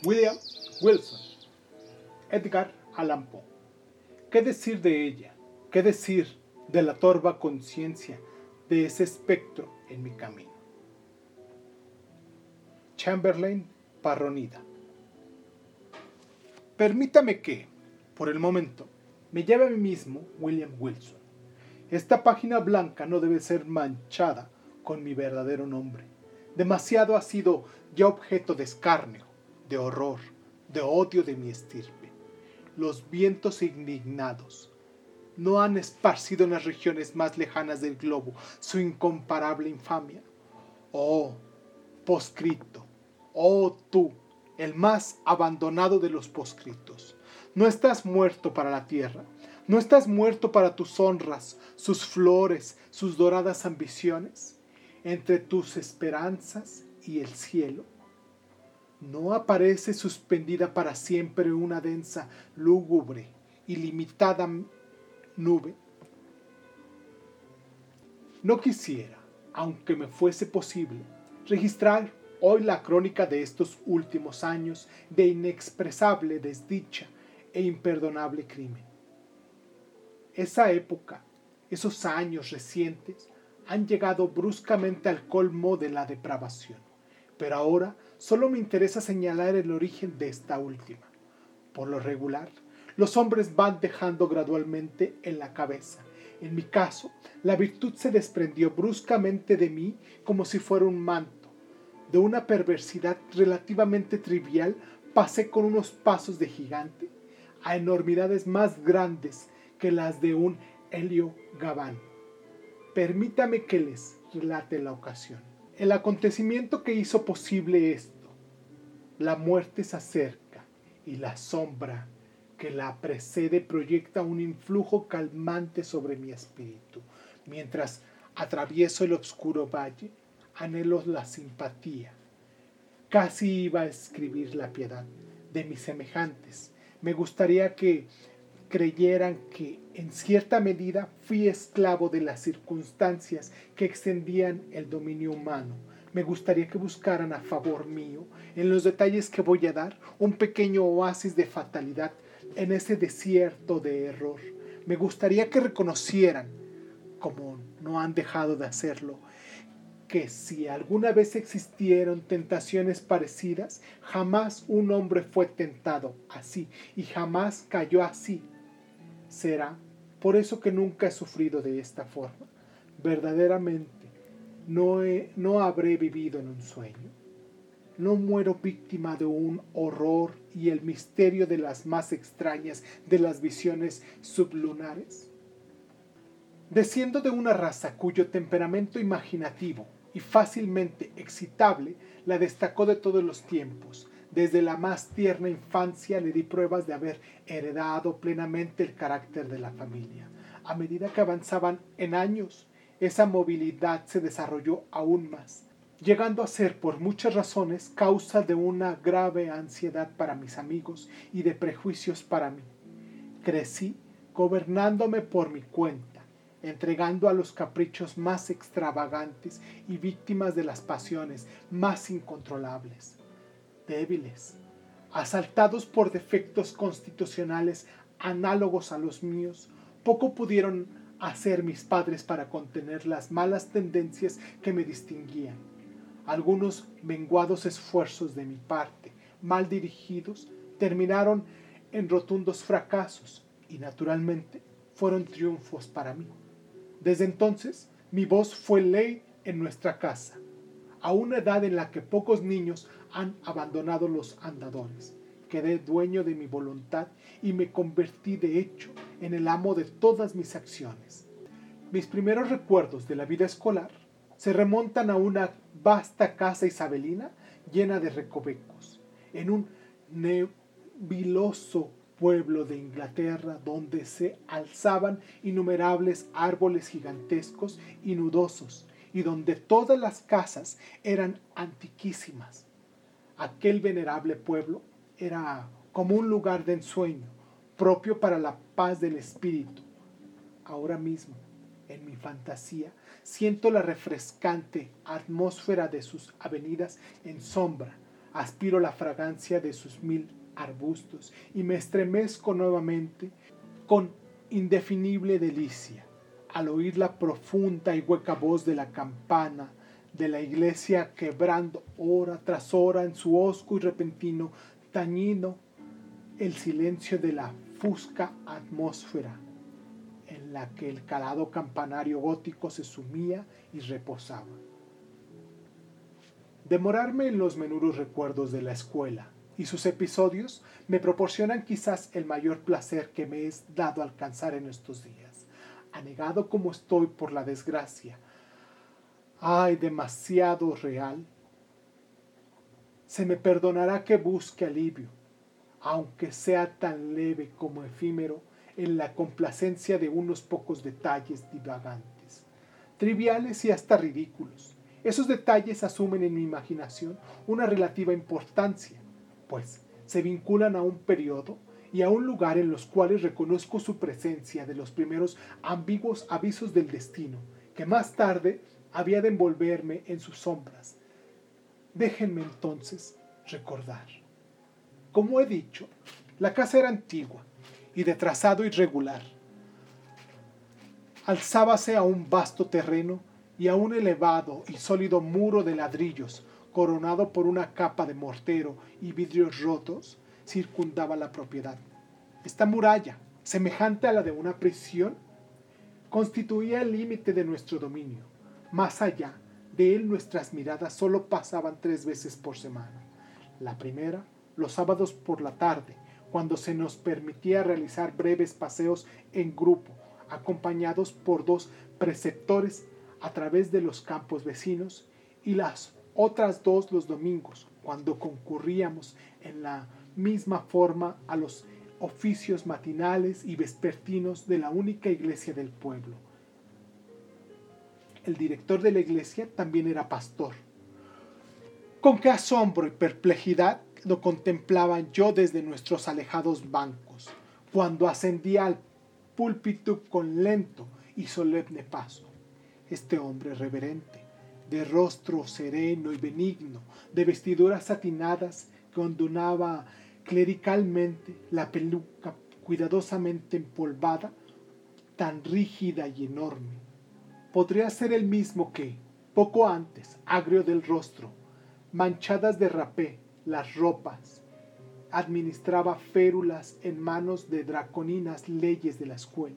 William Wilson, Edgar Allan Poe. ¿Qué decir de ella? ¿Qué decir de la torva conciencia de ese espectro en mi camino? Chamberlain Parronida. Permítame que, por el momento, me llame a mí mismo William Wilson. Esta página blanca no debe ser manchada con mi verdadero nombre. Demasiado ha sido ya objeto de escarnio, de horror, de odio de mi estirpe. Los vientos indignados no han esparcido en las regiones más lejanas del globo su incomparable infamia. Oh, poscrito, oh tú, el más abandonado de los poscritos, ¿no estás muerto para la tierra? ¿No estás muerto para tus honras, sus flores, sus doradas ambiciones? Entre tus esperanzas y el cielo, ¿no aparece suspendida para siempre una densa, lúgubre, ilimitada nube? No quisiera, aunque me fuese posible, registrar hoy la crónica de estos últimos años de inexpresable desdicha e imperdonable crimen. Esa época, esos años recientes, han llegado bruscamente al colmo de la depravación, pero ahora solo me interesa señalar el origen de esta última. Por lo regular, los hombres van dejando gradualmente en la cabeza. En mi caso, la virtud se desprendió bruscamente de mí como si fuera un manto. De una perversidad relativamente trivial pasé con unos pasos de gigante a enormidades más grandes que las de un Helio Gabán. Permítame que les relate la ocasión. El acontecimiento que hizo posible esto. La muerte se acerca y la sombra que la precede proyecta un influjo calmante sobre mi espíritu. Mientras atravieso el oscuro valle, anhelo la simpatía. Casi iba a escribir la piedad de mis semejantes. Me gustaría que creyeran que en cierta medida fui esclavo de las circunstancias que extendían el dominio humano. Me gustaría que buscaran a favor mío, en los detalles que voy a dar, un pequeño oasis de fatalidad en ese desierto de error. Me gustaría que reconocieran, como no han dejado de hacerlo, que si alguna vez existieron tentaciones parecidas, jamás un hombre fue tentado así y jamás cayó así. Será por eso que nunca he sufrido de esta forma. Verdaderamente, no habré vivido en un sueño. No muero víctima de un horror y el misterio de las más extrañas de las visiones sublunares. Desciendo de una raza cuyo temperamento imaginativo y fácilmente excitable la destacó de todos los tiempos. Desde la más tierna infancia le di pruebas de haber heredado plenamente el carácter de la familia. A medida que avanzaban en años, esa movilidad se desarrolló aún más, llegando a ser por muchas razones causa de una grave ansiedad para mis amigos y de prejuicios para mí. Crecí gobernándome por mi cuenta, entregando a los caprichos más extravagantes y víctimas de las pasiones más incontrolables. Débiles, asaltados por defectos constitucionales análogos a los míos, poco pudieron hacer mis padres para contener las malas tendencias que me distinguían. Algunos menguados esfuerzos de mi parte, mal dirigidos, terminaron en rotundos fracasos y, naturalmente, fueron triunfos para mí. Desde entonces, mi voz fue ley en nuestra casa, a una edad en la que pocos niños han abandonado los andadores. Quedé dueño de mi voluntad y me convertí de hecho en el amo de todas mis acciones. Mis primeros recuerdos de la vida escolar se remontan a una vasta casa isabelina llena de recovecos, en un nebuloso pueblo de Inglaterra donde se alzaban innumerables árboles gigantescos y nudosos y donde todas las casas eran antiquísimas. Aquel venerable pueblo era como un lugar de ensueño, propio para la paz del espíritu. Ahora mismo, en mi fantasía, siento la refrescante atmósfera de sus avenidas en sombra, aspiro la fragancia de sus 1000 arbustos y me estremezco nuevamente con indefinible delicia al oír la profunda y hueca voz de la campana de la iglesia quebrando hora tras hora en su hosco y repentino tañido el silencio de la fusca atmósfera en la que el calado campanario gótico se sumía y reposaba. Demorarme en los menudos recuerdos de la escuela y sus episodios me proporcionan quizás el mayor placer que me es dado alcanzar en estos días. Anegado como estoy por la desgracia, demasiado real, se me perdonará que busque alivio, aunque sea tan leve como efímero, en la complacencia de unos pocos detalles divagantes, triviales y hasta ridículos. Esos detalles asumen en mi imaginación una relativa importancia, pues se vinculan a un periodo y a un lugar en los cuales reconozco su presencia de los primeros ambiguos avisos del destino, que más tarde había de envolverme en sus sombras. Déjenme entonces recordar. Como he dicho, la casa era antigua y de trazado irregular. Alzábase a un vasto terreno y a un elevado y sólido muro de ladrillos, coronado por una capa de mortero y vidrios rotos, circundaba la propiedad. Esta muralla, semejante a la de una prisión, constituía el límite de nuestro dominio. Más allá de él nuestras miradas solo pasaban 3 veces por semana. La primera, los sábados por la tarde, cuando se nos permitía realizar breves paseos en grupo, acompañados por 2 preceptores a través de los campos vecinos, y las otras 2 los domingos, cuando concurríamos en la misma forma a los oficios matinales y vespertinos de la única iglesia del pueblo. El director de la iglesia también era pastor. Con qué asombro y perplejidad lo contemplaba yo desde nuestros alejados bancos, cuando ascendía al púlpito con lento y solemne paso. Este hombre reverente, de rostro sereno y benigno, de vestiduras satinadas que ondulaba clericalmente, la peluca cuidadosamente empolvada, tan rígida y enorme, podría ser el mismo que, poco antes, agrio del rostro, manchadas de rapé, las ropas, administraba férulas en manos de draconinas leyes de la escuela.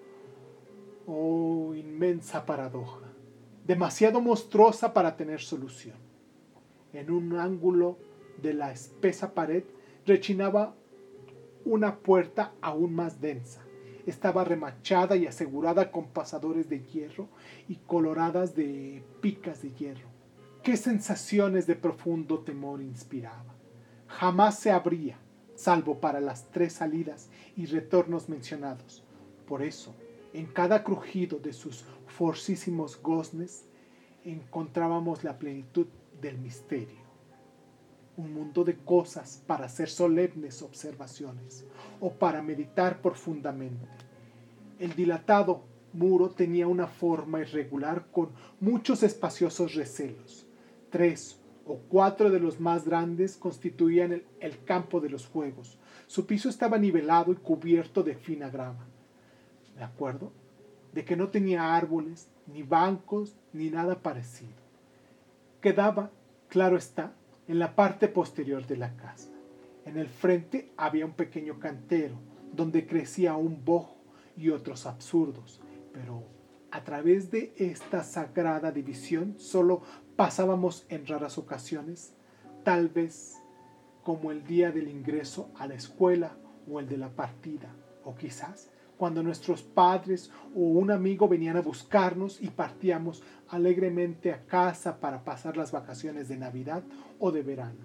Oh, inmensa paradoja, demasiado monstruosa para tener solución. En un ángulo de la espesa pared rechinaba una puerta aún más densa. Estaba remachada y asegurada con pasadores de hierro y coloradas de picas de hierro. ¿Qué sensaciones de profundo temor inspiraba? Jamás se abría, salvo para las 3 salidas y retornos mencionados. Por eso, en cada crujido de sus forcísimos goznes encontrábamos la plenitud del misterio. Un mundo de cosas para hacer solemnes observaciones o para meditar profundamente. El dilatado muro tenía una forma irregular con muchos espaciosos recelos. 3 o 4 de los más grandes constituían el campo de los juegos. Su piso estaba nivelado y cubierto de fina grama. ¿De acuerdo? De que no tenía árboles, ni bancos, ni nada parecido. Quedaba, claro está, en la parte posterior de la casa. En el frente había un pequeño cantero, donde crecía un bojo y otros absurdos, pero a través de esta sagrada división solo pasábamos en raras ocasiones, tal vez como el día del ingreso a la escuela o el de la partida, o quizás cuando nuestros padres o un amigo venían a buscarnos y partíamos alegremente a casa para pasar las vacaciones de Navidad o de verano.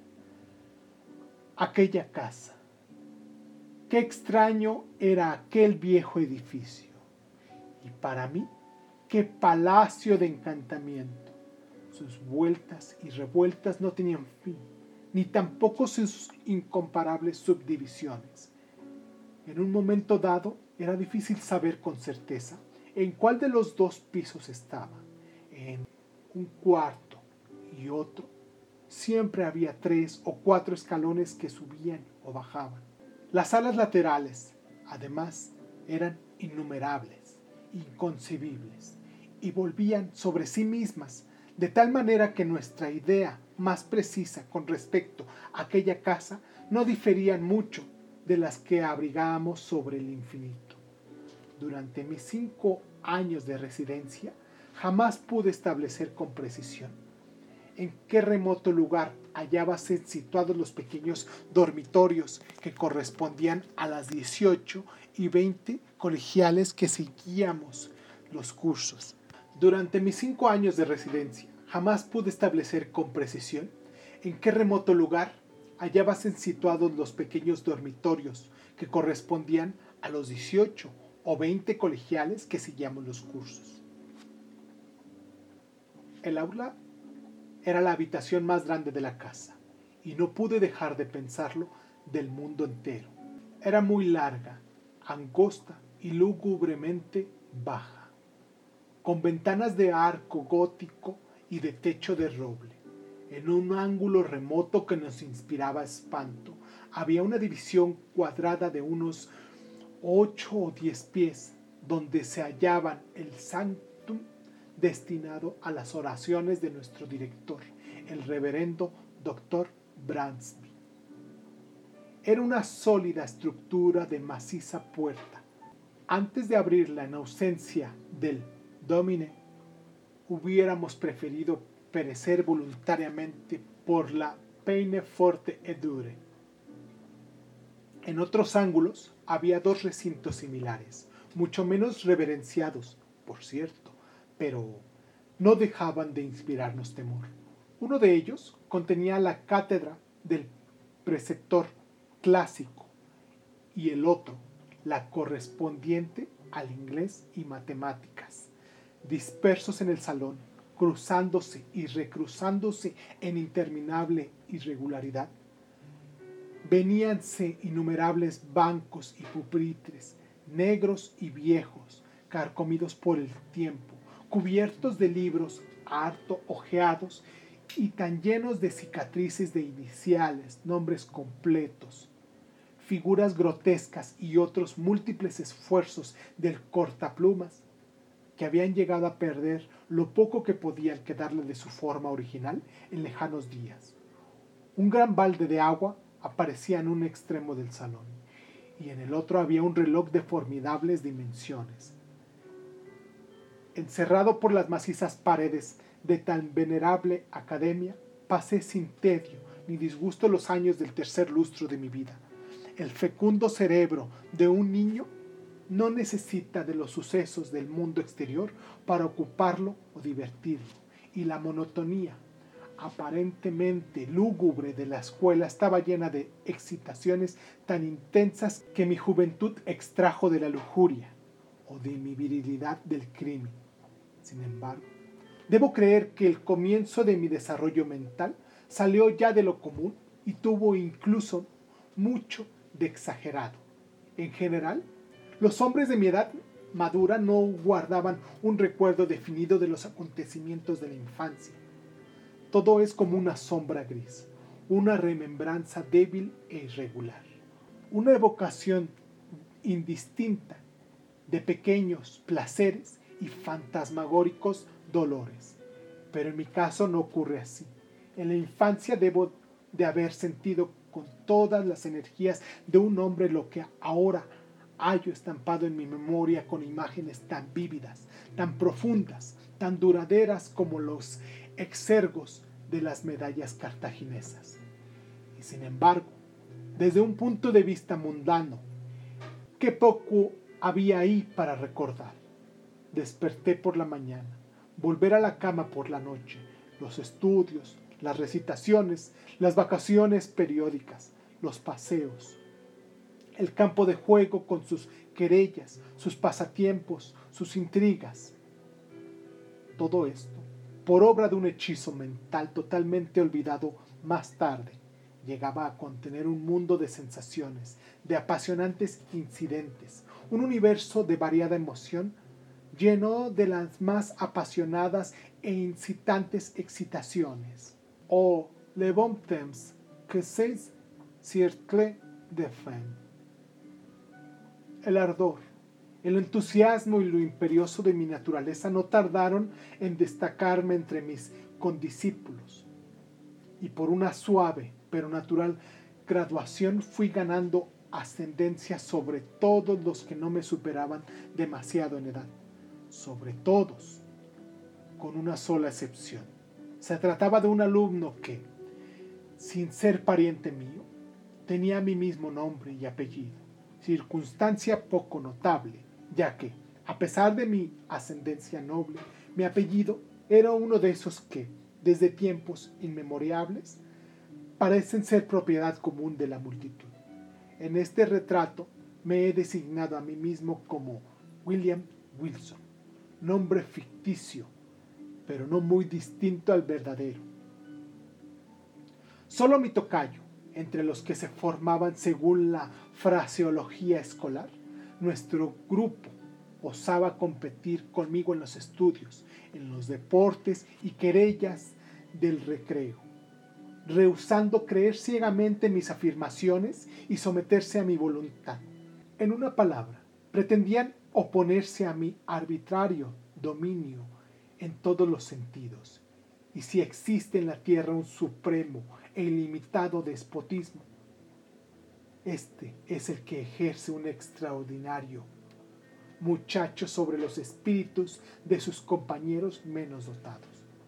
Aquella casa. Qué extraño era aquel viejo edificio. Y para mí, qué palacio de encantamiento. Sus vueltas y revueltas no tenían fin, ni tampoco sus incomparables subdivisiones. En un momento dado era difícil saber con certeza en cuál de los 2 pisos estaba, en un cuarto y otro, siempre había 3 o 4 escalones que subían o bajaban. Las salas laterales, además, eran innumerables, inconcebibles, y volvían sobre sí mismas, de tal manera que nuestra idea más precisa con respecto a aquella casa no diferían mucho de las que abrigábamos sobre el infinito. Durante mis 5 años de residencia, jamás pude establecer con precisión en qué remoto lugar hallábanse situados los pequeños dormitorios que correspondían a las 18 y 20 colegiales que seguíamos los cursos. Durante mis 5 años de residencia, jamás pude establecer con precisión en qué remoto lugar hallábanse situados los pequeños dormitorios que correspondían a los 18 o 20 colegiales que seguíamos los cursos. El aula era la habitación más grande de la casa, y no pude dejar de pensarlo del mundo entero. Era muy larga, angosta y lúgubremente baja, con ventanas de arco gótico y de techo de roble. En un ángulo remoto que nos inspiraba espanto, había una división cuadrada de unos 8 o 10 pies, donde se hallaban el sanctum destinado a las oraciones de nuestro director, el reverendo Dr. Bransby. Era una sólida estructura de maciza puerta. Antes de abrirla en ausencia del Domine, hubiéramos preferido perecer voluntariamente por la peine forte et dure. En otros ángulos había 2 recintos similares, mucho menos reverenciados, por cierto, pero no dejaban de inspirarnos temor. Uno de ellos contenía la cátedra del preceptor clásico y el otro la correspondiente al inglés y matemáticas, dispersos en el salón, cruzándose y recruzándose en interminable irregularidad. Veníanse innumerables bancos y pupitres, negros y viejos, carcomidos por el tiempo, cubiertos de libros harto ojeados y tan llenos de cicatrices de iniciales, nombres completos, figuras grotescas y otros múltiples esfuerzos del cortaplumas que habían llegado a perder lo poco que podían quedarle de su forma original en lejanos días. Un gran balde de agua aparecía en un extremo del salón y en el otro había un reloj de formidables dimensiones. Encerrado por las macizas paredes de tan venerable academia, pasé sin tedio ni disgusto los años del tercer lustro de mi vida. El fecundo cerebro de un niño no necesita de los sucesos del mundo exterior para ocuparlo o divertirlo, y la monotonía aparentemente lúgubre de la escuela estaba llena de excitaciones tan intensas que mi juventud extrajo de la lujuria o de mi virilidad del crimen. Sin embargo, debo creer que el comienzo de mi desarrollo mental salió ya de lo común y tuvo incluso mucho de exagerado. En general, los hombres de mi edad madura no guardaban un recuerdo definido de los acontecimientos de la infancia. Todo es como una sombra gris, una remembranza débil e irregular, una evocación indistinta de pequeños placeres y fantasmagóricos dolores. Pero en mi caso no ocurre así. En la infancia debo de haber sentido con todas las energías de un hombre lo que ahora hallo estampado en mi memoria con imágenes tan vívidas, tan profundas, tan duraderas como los exergos de las medallas cartaginesas. Y sin embargo, desde un punto de vista mundano, qué poco había ahí para recordar. Desperté por la mañana, volver a la cama por la noche, los estudios, las recitaciones, las vacaciones periódicas, los paseos, el campo de juego con sus querellas, sus pasatiempos, sus intrigas. Todo esto, por obra de un hechizo mental totalmente olvidado más tarde, llegaba a contener un mundo de sensaciones, de apasionantes incidentes, un universo de variada emoción lleno de las más apasionadas e incitantes excitaciones. Oh, le bon temps que c'est cercle de fin. El ardor, el entusiasmo y lo imperioso de mi naturaleza no tardaron en destacarme entre mis condiscípulos, y por una suave pero natural graduación fui ganando ascendencia sobre todos los que no me superaban demasiado en edad, sobre todos, con una sola excepción. Se trataba de un alumno que, sin ser pariente mío, tenía mi mismo nombre y apellido, circunstancia poco notable, ya que, a pesar de mi ascendencia noble, mi apellido era uno de esos que, desde tiempos inmemorables, parecen ser propiedad común de la multitud. En este retrato me he designado a mí mismo como William Wilson, nombre ficticio, pero no muy distinto al verdadero. Solo mi tocayo, entre los que se formaban según la fraseología escolar, nuestro grupo osaba competir conmigo en los estudios, en los deportes y querellas del recreo, rehusando creer ciegamente mis afirmaciones y someterse a mi voluntad. En una palabra, pretendían oponerse a mi arbitrario dominio en todos los sentidos. Y si existe en la tierra un supremo e ilimitado despotismo, este es el que ejerce un extraordinario muchacho sobre los espíritus de sus compañeros menos dotados.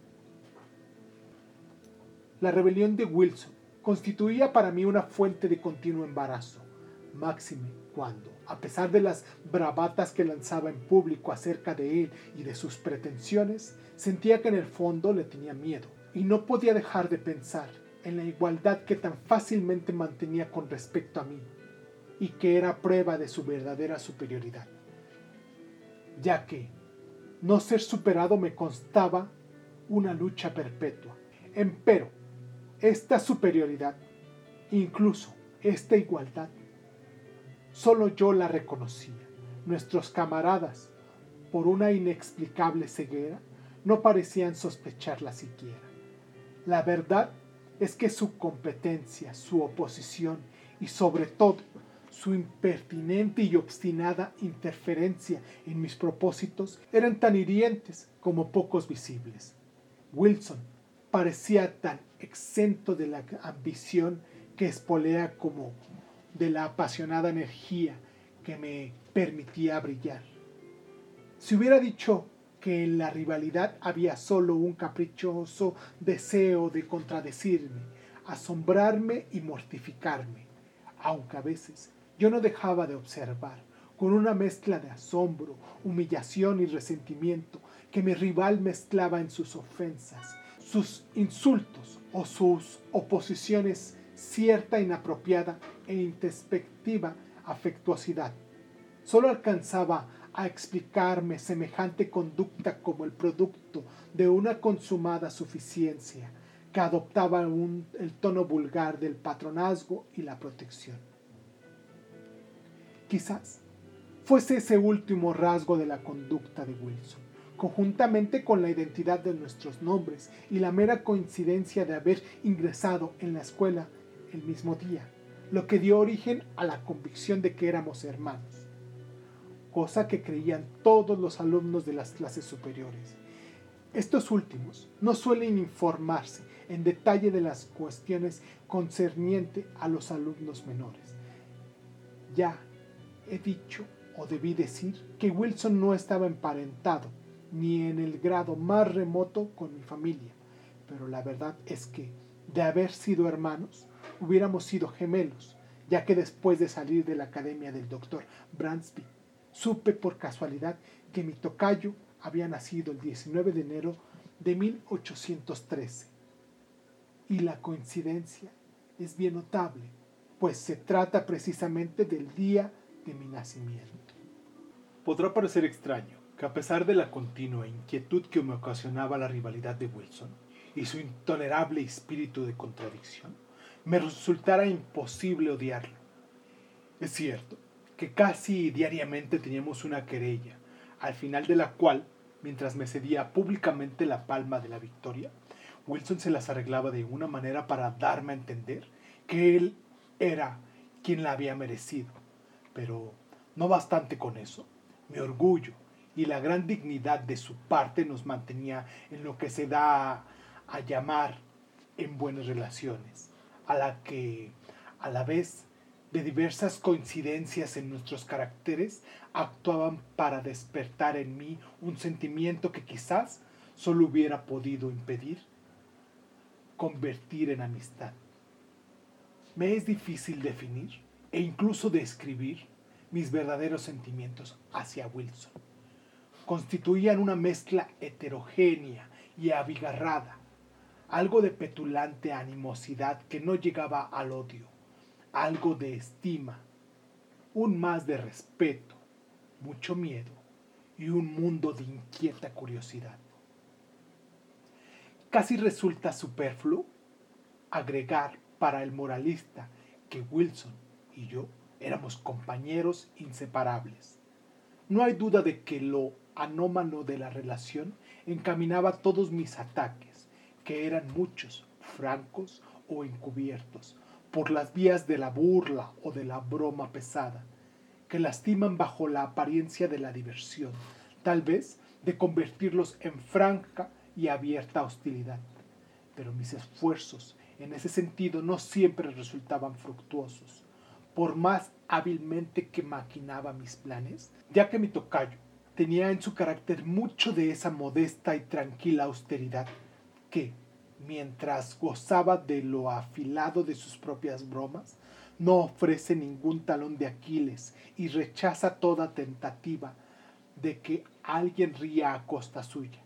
La rebelión de Wilson constituía para mí una fuente de continuo embarazo, máxime cuando, a pesar de las bravatas que lanzaba en público acerca de él y de sus pretensiones, sentía que en el fondo le tenía miedo, y no podía dejar de pensar en la igualdad que tan fácilmente mantenía con respecto a mí, y que era prueba de su verdadera superioridad, ya que no ser superado me constaba una lucha perpetua. Empero, esta superioridad, incluso esta igualdad, solo yo la reconocía. Nuestros camaradas, por una inexplicable ceguera, no parecían sospecharla siquiera. La verdad es que su competencia, su oposición y sobre todo su impertinente y obstinada interferencia en mis propósitos eran tan hirientes como pocos visibles. Wilson parecía tan exento de la ambición que espolea como de la apasionada energía que me permitía brillar. Si hubiera dicho que en la rivalidad había solo un caprichoso deseo de contradecirme, asombrarme y mortificarme, aunque a veces yo no dejaba de observar, con una mezcla de asombro, humillación y resentimiento, que mi rival mezclaba en sus ofensas, sus insultos o sus oposiciones cierta inapropiada e introspectiva afectuosidad. Solo alcanzaba a explicarme semejante conducta como el producto de una consumada suficiencia que adoptaba el tono vulgar del patronazgo y la protección. Quizás fuese ese último rasgo de la conducta de Wilson, conjuntamente con la identidad de nuestros nombres y la mera coincidencia de haber ingresado en la escuela el mismo día, lo que dio origen a la convicción de que éramos hermanos, cosa que creían todos los alumnos de las clases superiores. Estos últimos no suelen informarse en detalle de las cuestiones concernientes a los alumnos menores. Ya he dicho, o debí decir, que Wilson no estaba emparentado, ni en el grado más remoto con mi familia, pero la verdad es que, de haber sido hermanos, hubiéramos sido gemelos, ya que después de salir de la academia del doctor Bransby, supe por casualidad que mi tocayo había nacido el 19 de enero de 1813. Y la coincidencia es bien notable, pues se trata precisamente del día de mi nacimiento. Podrá parecer extraño que a pesar de la continua inquietud que me ocasionaba la rivalidad de Wilson y su intolerable espíritu de contradicción, me resultara imposible odiarlo. Es cierto que casi diariamente teníamos una querella, al final de la cual, mientras me cedía públicamente la palma de la victoria, Wilson se las arreglaba de una manera para darme a entender que él era quien la había merecido. Pero no bastante con eso, mi orgullo y la gran dignidad de su parte nos mantenía en lo que se da a llamar en buenas relaciones, a la que, a la vez de diversas coincidencias en nuestros caracteres, actuaban para despertar en mí un sentimiento que quizás solo hubiera podido impedir convertir en amistad. Me es difícil definir e incluso describir mis verdaderos sentimientos hacia Wilson. Constituían una mezcla heterogénea y abigarrada, algo de petulante animosidad que no llegaba al odio, algo de estima, un más de respeto, mucho miedo y un mundo de inquieta curiosidad. Casi resulta superfluo agregar para el moralista que Wilson y yo éramos compañeros inseparables. No hay duda de que lo anómalo de la relación encaminaba todos mis ataques, que eran muchos, francos o encubiertos, por las vías de la burla o de la broma pesada, que lastiman bajo la apariencia de la diversión, tal vez de convertirlos en franca y abierta hostilidad. Pero mis esfuerzos en ese sentido no siempre resultaban fructuosos, por más hábilmente que maquinaba mis planes, ya que mi tocayo tenía en su carácter mucho de esa modesta y tranquila austeridad que, mientras gozaba de lo afilado de sus propias bromas, no ofrece ningún talón de Aquiles y rechaza toda tentativa de que alguien ría a costa suya.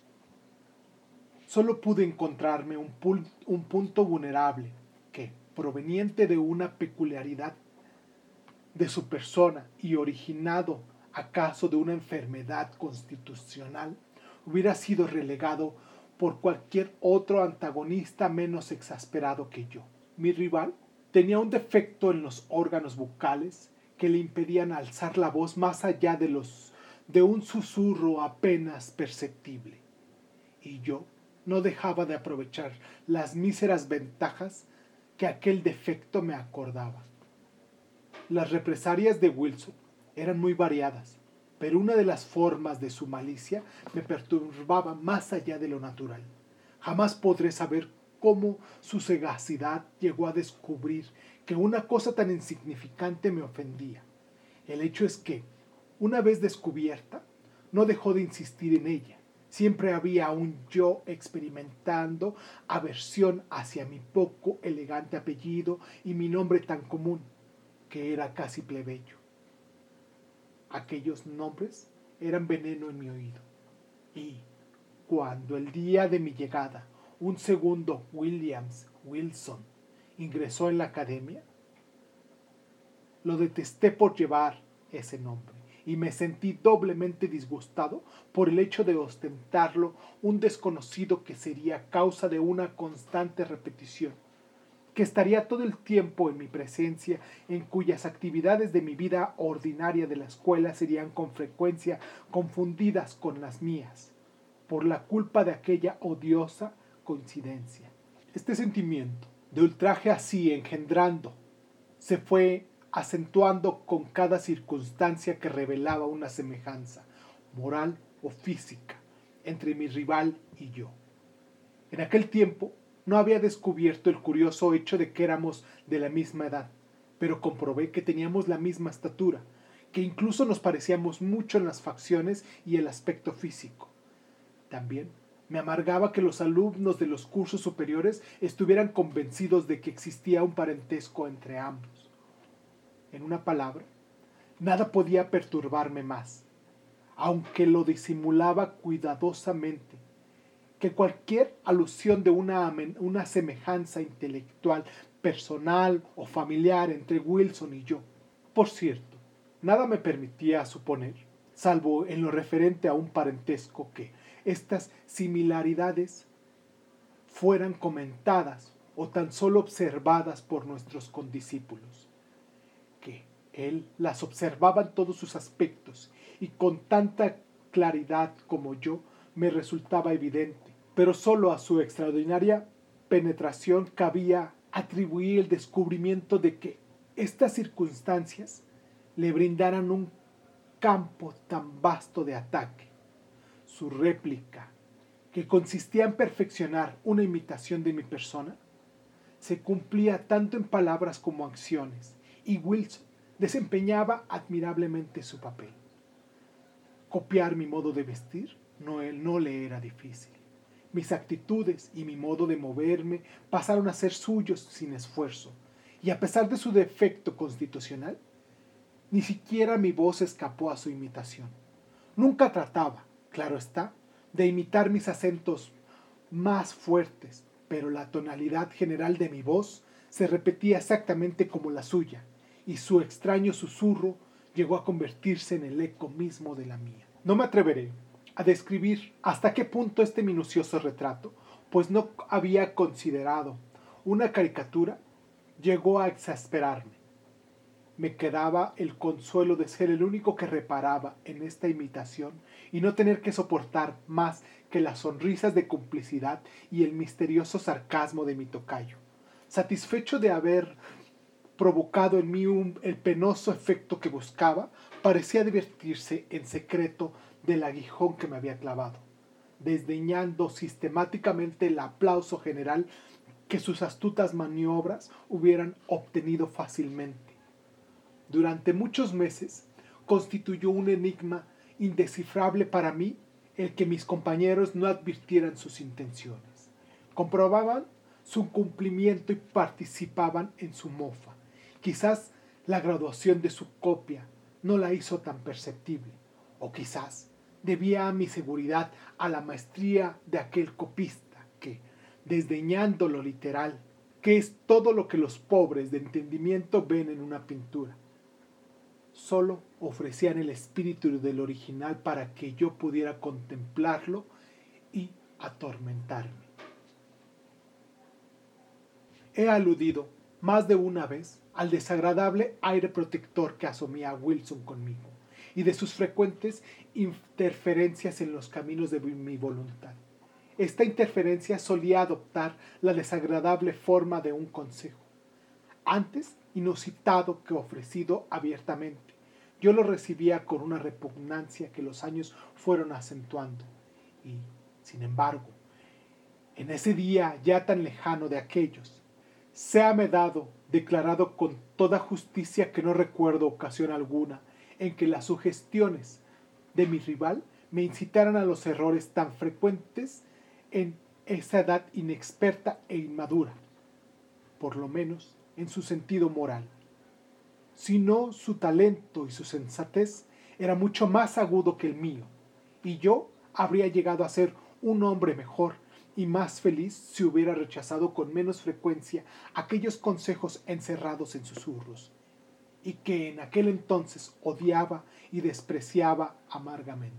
Solo pude encontrarme un punto vulnerable que, proveniente de una peculiaridad de su persona y originado acaso de una enfermedad constitucional, hubiera sido relegado por cualquier otro antagonista menos exasperado que yo. Mi rival tenía un defecto en los órganos bucales que le impedían alzar la voz más allá de un susurro apenas perceptible. Y yo no dejaba de aprovechar las míseras ventajas que aquel defecto me acordaba. Las represalias de Wilson eran muy variadas, pero una de las formas de su malicia me perturbaba más allá de lo natural. Jamás podré saber cómo su sagacidad llegó a descubrir que una cosa tan insignificante me ofendía. El hecho es que, una vez descubierta, no dejó de insistir en ella. Siempre había un yo experimentando aversión hacia mi poco elegante apellido y mi nombre tan común, que era casi plebeyo. Aquellos nombres eran veneno en mi oído. Y cuando el día de mi llegada, un segundo Williams Wilson ingresó en la academia, lo detesté por llevar ese nombre y me sentí doblemente disgustado por el hecho de ostentarlo un desconocido que sería causa de una constante repetición, que estaría todo el tiempo en mi presencia, en cuyas actividades de mi vida ordinaria de la escuela serían con frecuencia confundidas con las mías, por la culpa de aquella odiosa coincidencia. Este sentimiento de ultraje así engendrando se fue acentuando con cada circunstancia que revelaba una semejanza, moral o física, entre mi rival y yo. En aquel tiempo no había descubierto el curioso hecho de que éramos de la misma edad, pero comprobé que teníamos la misma estatura, que incluso nos parecíamos mucho en las facciones y el aspecto físico. También me amargaba que los alumnos de los cursos superiores estuvieran convencidos de que existía un parentesco entre ambos. En una palabra, nada podía perturbarme más, aunque lo disimulaba cuidadosamente, que cualquier alusión de una semejanza intelectual, personal o familiar entre Wilson y yo. Por cierto, nada me permitía suponer, salvo en lo referente a un parentesco, que estas similaridades fueran comentadas o tan solo observadas por nuestros condiscípulos, que él las observaba en todos sus aspectos y con tanta claridad como yo me resultaba evidente, pero solo a su extraordinaria penetración cabía atribuir el descubrimiento de que estas circunstancias le brindaran un campo tan vasto de ataque. Su réplica, que consistía en perfeccionar una imitación de mi persona, se cumplía tanto en palabras como acciones, y Wilson desempeñaba admirablemente su papel. Copiar mi modo de vestir no le era difícil. Mis actitudes y mi modo de moverme pasaron a ser suyos sin esfuerzo, y a pesar de su defecto constitucional, ni siquiera mi voz escapó a su imitación. Nunca trataba, claro está, de imitar mis acentos más fuertes, pero la tonalidad general de mi voz se repetía exactamente como la suya, y su extraño susurro llegó a convertirse en el eco mismo de la mía. No me atreveré a describir hasta qué punto este minucioso retrato, pues no había considerado una caricatura, llegó a exasperarme. Me quedaba el consuelo de ser el único que reparaba en esta imitación y no tener que soportar más que las sonrisas de complicidad y el misterioso sarcasmo de mi tocayo. Satisfecho de haber provocado en mí el penoso efecto que buscaba, parecía divertirse en secreto del aguijón que me había clavado, desdeñando sistemáticamente el aplauso general que sus astutas maniobras hubieran obtenido fácilmente. Durante muchos meses constituyó un enigma indescifrable para mí el que mis compañeros no advirtieran sus intenciones. Comprobaban su cumplimiento y participaban en su mofa. Quizás la graduación de su copia no la hizo tan perceptible, o quizás debía a mi seguridad a la maestría de aquel copista que, desdeñando lo literal, que es todo lo que los pobres de entendimiento ven en una pintura, solo ofrecían el espíritu del original para que yo pudiera contemplarlo y atormentarme. He aludido más de una vez al desagradable aire protector que asumía Wilson conmigo y de sus frecuentes interferencias en los caminos de mi voluntad. Esta interferencia solía adoptar la desagradable forma de un consejo, antes inusitado que ofrecido abiertamente. Yo lo recibía con una repugnancia que los años fueron acentuando y, sin embargo, en ese día ya tan lejano de aquellos, séame dado, declarado con toda justicia que no recuerdo ocasión alguna en que las sugestiones de mi rival me incitaran a los errores tan frecuentes en esa edad inexperta e inmadura, por lo menos en su sentido moral. Sino su talento y su sensatez era mucho más agudo que el mío, y yo habría llegado a ser un hombre mejor y más feliz si hubiera rechazado con menos frecuencia aquellos consejos encerrados en susurros, y que en aquel entonces odiaba y despreciaba amargamente.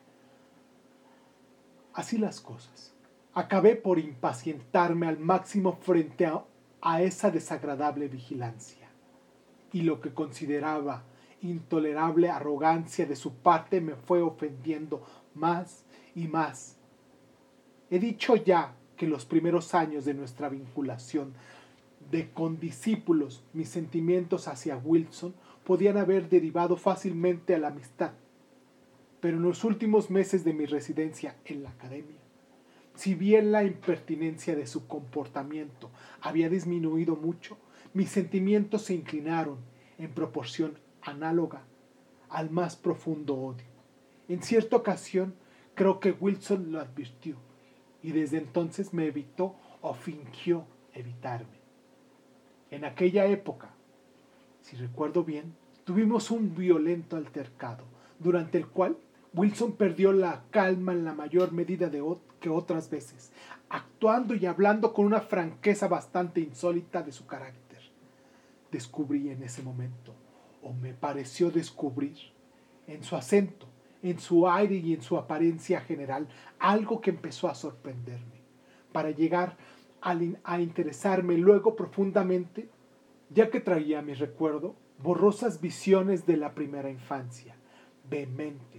Así las cosas. Acabé por impacientarme al máximo frente a esa desagradable vigilancia, y lo que consideraba intolerable arrogancia de su parte me fue ofendiendo más y más. He dicho ya que en los primeros años de nuestra vinculación de condiscípulos, mis sentimientos hacia Wilson podían haber derivado fácilmente a la amistad, pero en los últimos meses de mi residencia en la academia, si bien la impertinencia de su comportamiento había disminuido mucho, mis sentimientos se inclinaron en proporción análoga al más profundo odio. En cierta ocasión creo que Wilson lo advirtió y desde entonces me evitó o fingió evitarme. En aquella época, si recuerdo bien, tuvimos un violento altercado, durante el cual Wilson perdió la calma en la mayor medida que otras veces, actuando y hablando con una franqueza bastante insólita de su carácter. Descubrí en ese momento, o me pareció descubrir, en su acento, en su aire y en su apariencia general, algo que empezó a sorprenderme, para llegar a interesarme luego profundamente, ya que traía a mi recuerdo borrosas visiones de la primera infancia, vehementes,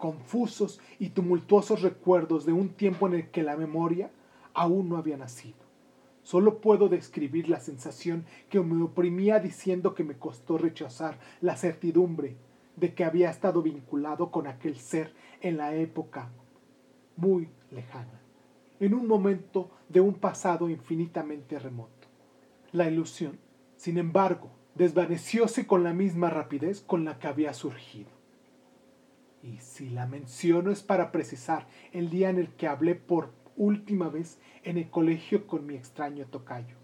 confusos y tumultuosos recuerdos de un tiempo en el que la memoria aún no había nacido. Solo puedo describir la sensación que me oprimía diciendo que me costó rechazar la certidumbre de que había estado vinculado con aquel ser en la época muy lejana, en un momento de un pasado infinitamente remoto. La ilusión, sin embargo, desvanecióse con la misma rapidez con la que había surgido. Y si la menciono es para precisar el día en el que hablé por última vez en el colegio con mi extraño tocayo.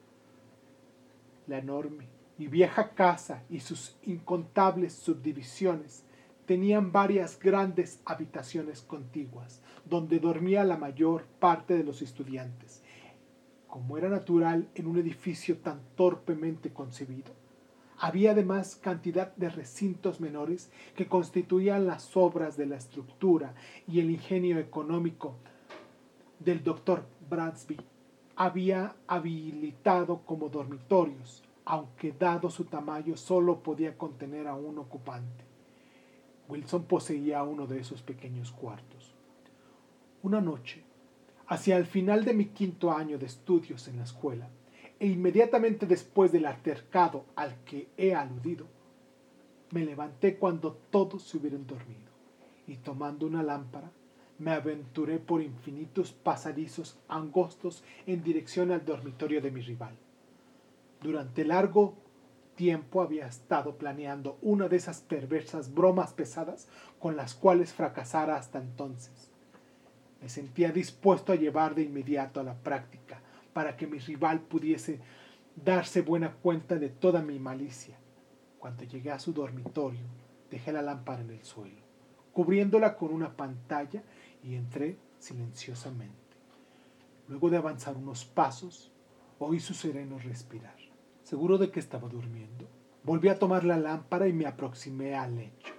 La enorme y vieja casa y sus incontables subdivisiones tenían varias grandes habitaciones contiguas, donde dormía la mayor parte de los estudiantes, como era natural en un edificio tan torpemente concebido. Había además cantidad de recintos menores que constituían las obras de la estructura y el ingenio económico del doctor Bransby había habilitado como dormitorios, aunque dado su tamaño solo podía contener a un ocupante. Wilson poseía uno de esos pequeños cuartos. Una noche, hacia el final de mi 5º año de estudios en la escuela, e inmediatamente después del altercado al que he aludido, me levanté cuando todos se hubieron dormido, y tomando una lámpara, me aventuré por infinitos pasadizos angostos en dirección al dormitorio de mi rival. Durante largo tiempo había estado planeando una de esas perversas bromas pesadas con las cuales fracasara hasta entonces. Me sentía dispuesto a llevar de inmediato a la práctica para que mi rival pudiese darse buena cuenta de toda mi malicia. Cuando llegué a su dormitorio, dejé la lámpara en el suelo, cubriéndola con una pantalla, y entré silenciosamente. Luego de avanzar unos pasos, oí su sereno respirar. Seguro de que estaba durmiendo, volví a tomar la lámpara y me aproximé al lecho.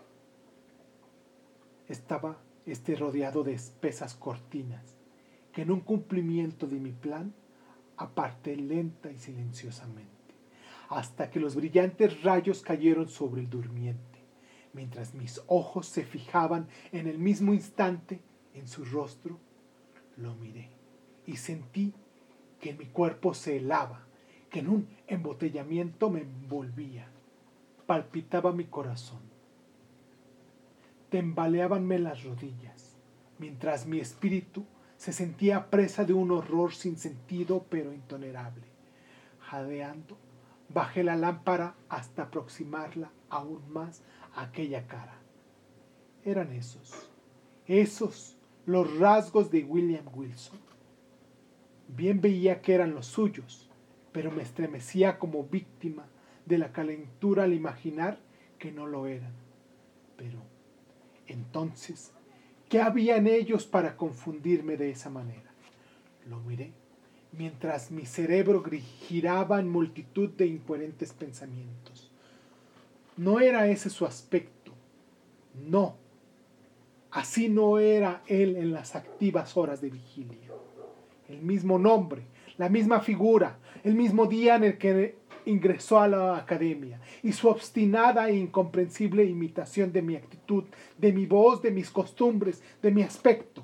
Estaba rodeado de espesas cortinas, que en un cumplimiento de mi plan aparté lenta y silenciosamente, hasta que los brillantes rayos cayeron sobre el durmiente, mientras mis ojos se fijaban en el mismo instante en su rostro. Lo miré y sentí que mi cuerpo se helaba, que en un embotellamiento me envolvía. Palpitaba mi corazón. Tambaleábanme las rodillas, mientras mi espíritu se sentía presa de un horror sin sentido pero intolerable. Jadeando, bajé la lámpara hasta aproximarla aún más a aquella cara. Eran esos, los rasgos de William Wilson. Bien veía que eran los suyos, pero me estremecía como víctima de la calentura al imaginar que no lo eran. Pero, entonces, ¿qué había en ellos para confundirme de esa manera? Lo miré, mientras mi cerebro giraba en multitud de incoherentes pensamientos. No era ese su aspecto. No. Así no era él en las activas horas de vigilia. El mismo nombre, la misma figura, el mismo día en el que ingresó a la academia, y su obstinada e incomprensible imitación de mi actitud, de mi voz, de mis costumbres, de mi aspecto.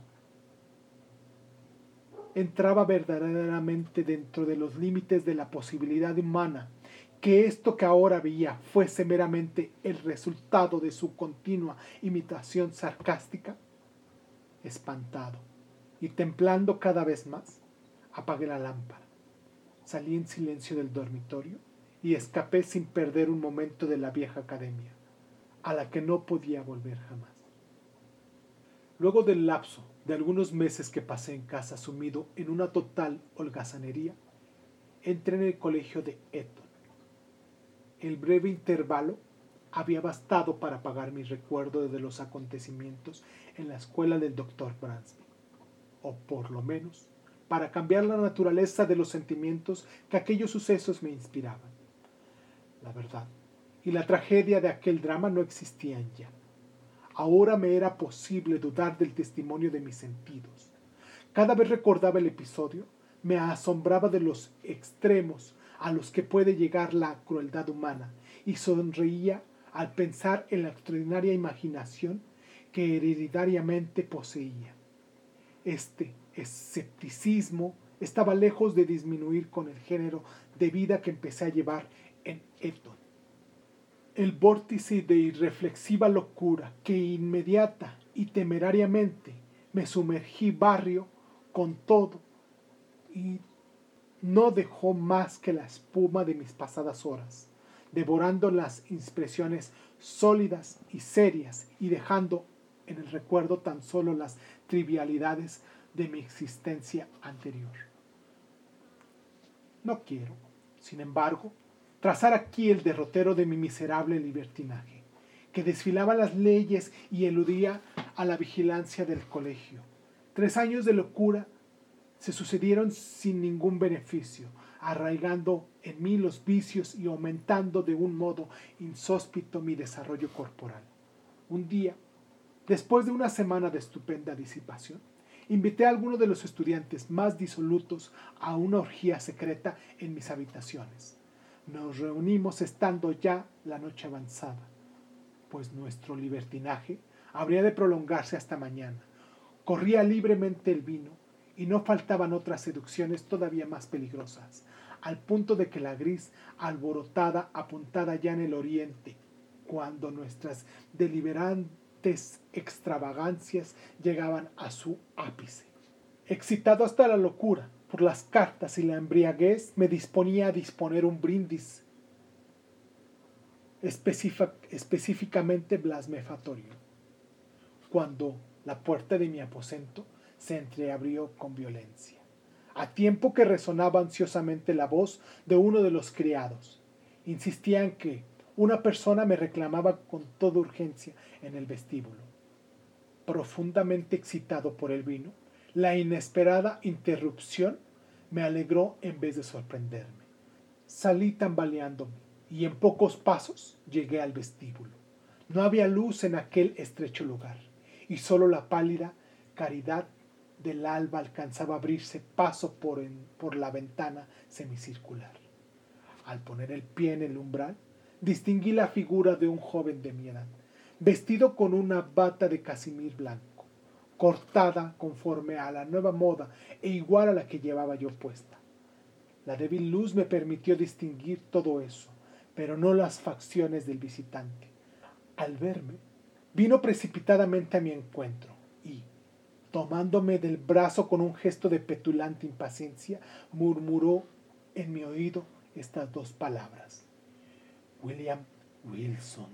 Entraba verdaderamente dentro de los límites de la posibilidad humana que esto que ahora veía fuese meramente el resultado de su continua imitación sarcástica. Espantado y temblando cada vez más, apagué la lámpara. Salí en silencio del dormitorio y escapé sin perder un momento de la vieja academia, a la que no podía volver jamás. Luego del lapso de algunos meses que pasé en casa sumido en una total holgazanería, entré en el colegio de Eton. El breve intervalo había bastado para apagar mi recuerdo de los acontecimientos en la escuela del doctor Bransby, o por lo menos para cambiar la naturaleza de los sentimientos que aquellos sucesos me inspiraban. La verdad y la tragedia de aquel drama no existían ya. Ahora me era posible dudar del testimonio de mis sentidos. Cada vez recordaba el episodio, me asombraba de los extremos a los que puede llegar la crueldad humana, y sonreía al pensar en la extraordinaria imaginación que hereditariamente poseía. Este escepticismo estaba lejos de disminuir con el género de vida que empecé a llevar en Eton. El vórtice de irreflexiva locura que inmediata y temerariamente me sumergí barrio con todo y no dejó más que la espuma de mis pasadas horas, devorando las impresiones sólidas y serias y dejando en el recuerdo tan solo las trivialidades de mi existencia anterior. No quiero, sin embargo, trazar aquí el derrotero de mi miserable libertinaje, que desfilaba las leyes y eludía a la vigilancia del colegio. 3 años de locura se sucedieron sin ningún beneficio, arraigando en mí los vicios y aumentando de un modo insóspito mi desarrollo corporal. Un día, después de una semana de estupenda disipación, invité a algunos de los estudiantes más disolutos a una orgía secreta en mis habitaciones. Nos reunimos estando ya la noche avanzada, pues nuestro libertinaje habría de prolongarse hasta mañana. Corría libremente el vino y no faltaban otras seducciones todavía más peligrosas, al punto de que la gris alborotada apuntaba ya en el oriente, cuando nuestras deliberantes extravagancias llegaban a su ápice. Excitado hasta la locura por las cartas y la embriaguez, me disponía a disponer un brindis específicamente blasfematorio, cuando la puerta de mi aposento se entreabrió con violencia, a tiempo que resonaba ansiosamente la voz de uno de los criados. Insistía en que una persona me reclamaba con toda urgencia en el vestíbulo. Profundamente excitado por el vino, la inesperada interrupción me alegró en vez de sorprenderme. Salí tambaleándome y en pocos pasos llegué al vestíbulo. No había luz en aquel estrecho lugar y solo la pálida claridad del alba alcanzaba a abrirse paso por la ventana semicircular. Al poner el pie en el umbral, distinguí la figura de un joven de mi edad, vestido con una bata de casimir blanco, cortada conforme a la nueva moda e igual a la que llevaba yo puesta. La débil luz me permitió distinguir todo eso, pero no las facciones del visitante. Al verme, vino precipitadamente a mi encuentro y, tomándome del brazo con un gesto de petulante impaciencia, murmuró en mi oído estas 2 palabras: William Wilson.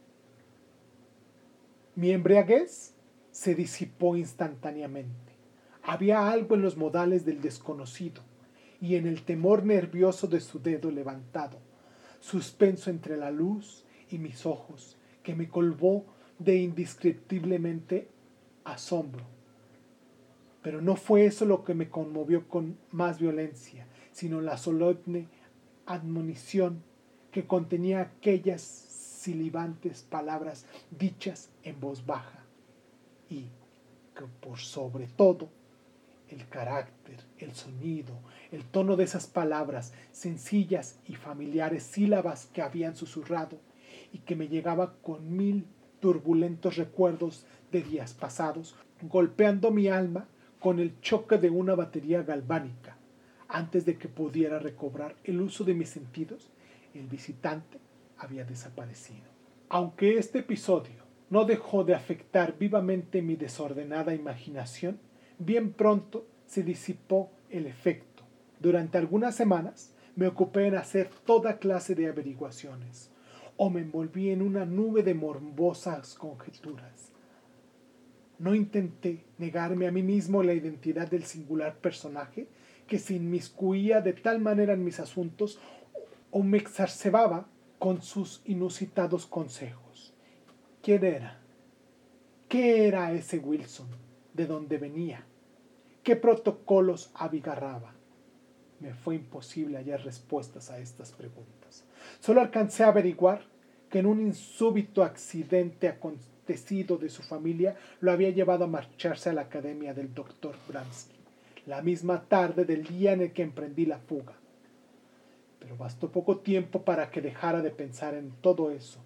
Mi embriaguez se disipó instantáneamente. Había algo en los modales del desconocido y en el temor nervioso de su dedo levantado, suspenso entre la luz y mis ojos, que me colmó de indescriptiblemente asombro. Pero no fue eso lo que me conmovió con más violencia, sino la solemne admonición que contenía aquellas silibantes palabras dichas en voz baja, y que por sobre todo el carácter, el sonido, el tono de esas palabras, sencillas y familiares sílabas que habían susurrado y que me llegaba con 1000 turbulentos recuerdos de días pasados, golpeando mi alma con el choque de una batería galvánica. Antes de que pudiera recobrar el uso de mis sentidos, el visitante había desaparecido. Aunque este episodio no dejó de afectar vivamente mi desordenada imaginación, bien pronto se disipó el efecto. Durante algunas semanas me ocupé en hacer toda clase de averiguaciones, o me envolví en una nube de morbosas conjeturas. No intenté negarme a mí mismo la identidad del singular personaje que se inmiscuía de tal manera en mis asuntos o me exacerbaba con sus inusitados consejos. ¿Quién era? ¿Qué era ese Wilson? ¿De dónde venía? ¿Qué protocolos abigarraba? Me fue imposible hallar respuestas a estas preguntas. Solo alcancé a averiguar que en un insúbito accidente acontecido de su familia lo había llevado a marcharse a la academia del doctor Bramsky, la misma tarde del día en el que emprendí la fuga. Pero bastó poco tiempo para que dejara de pensar en todo eso,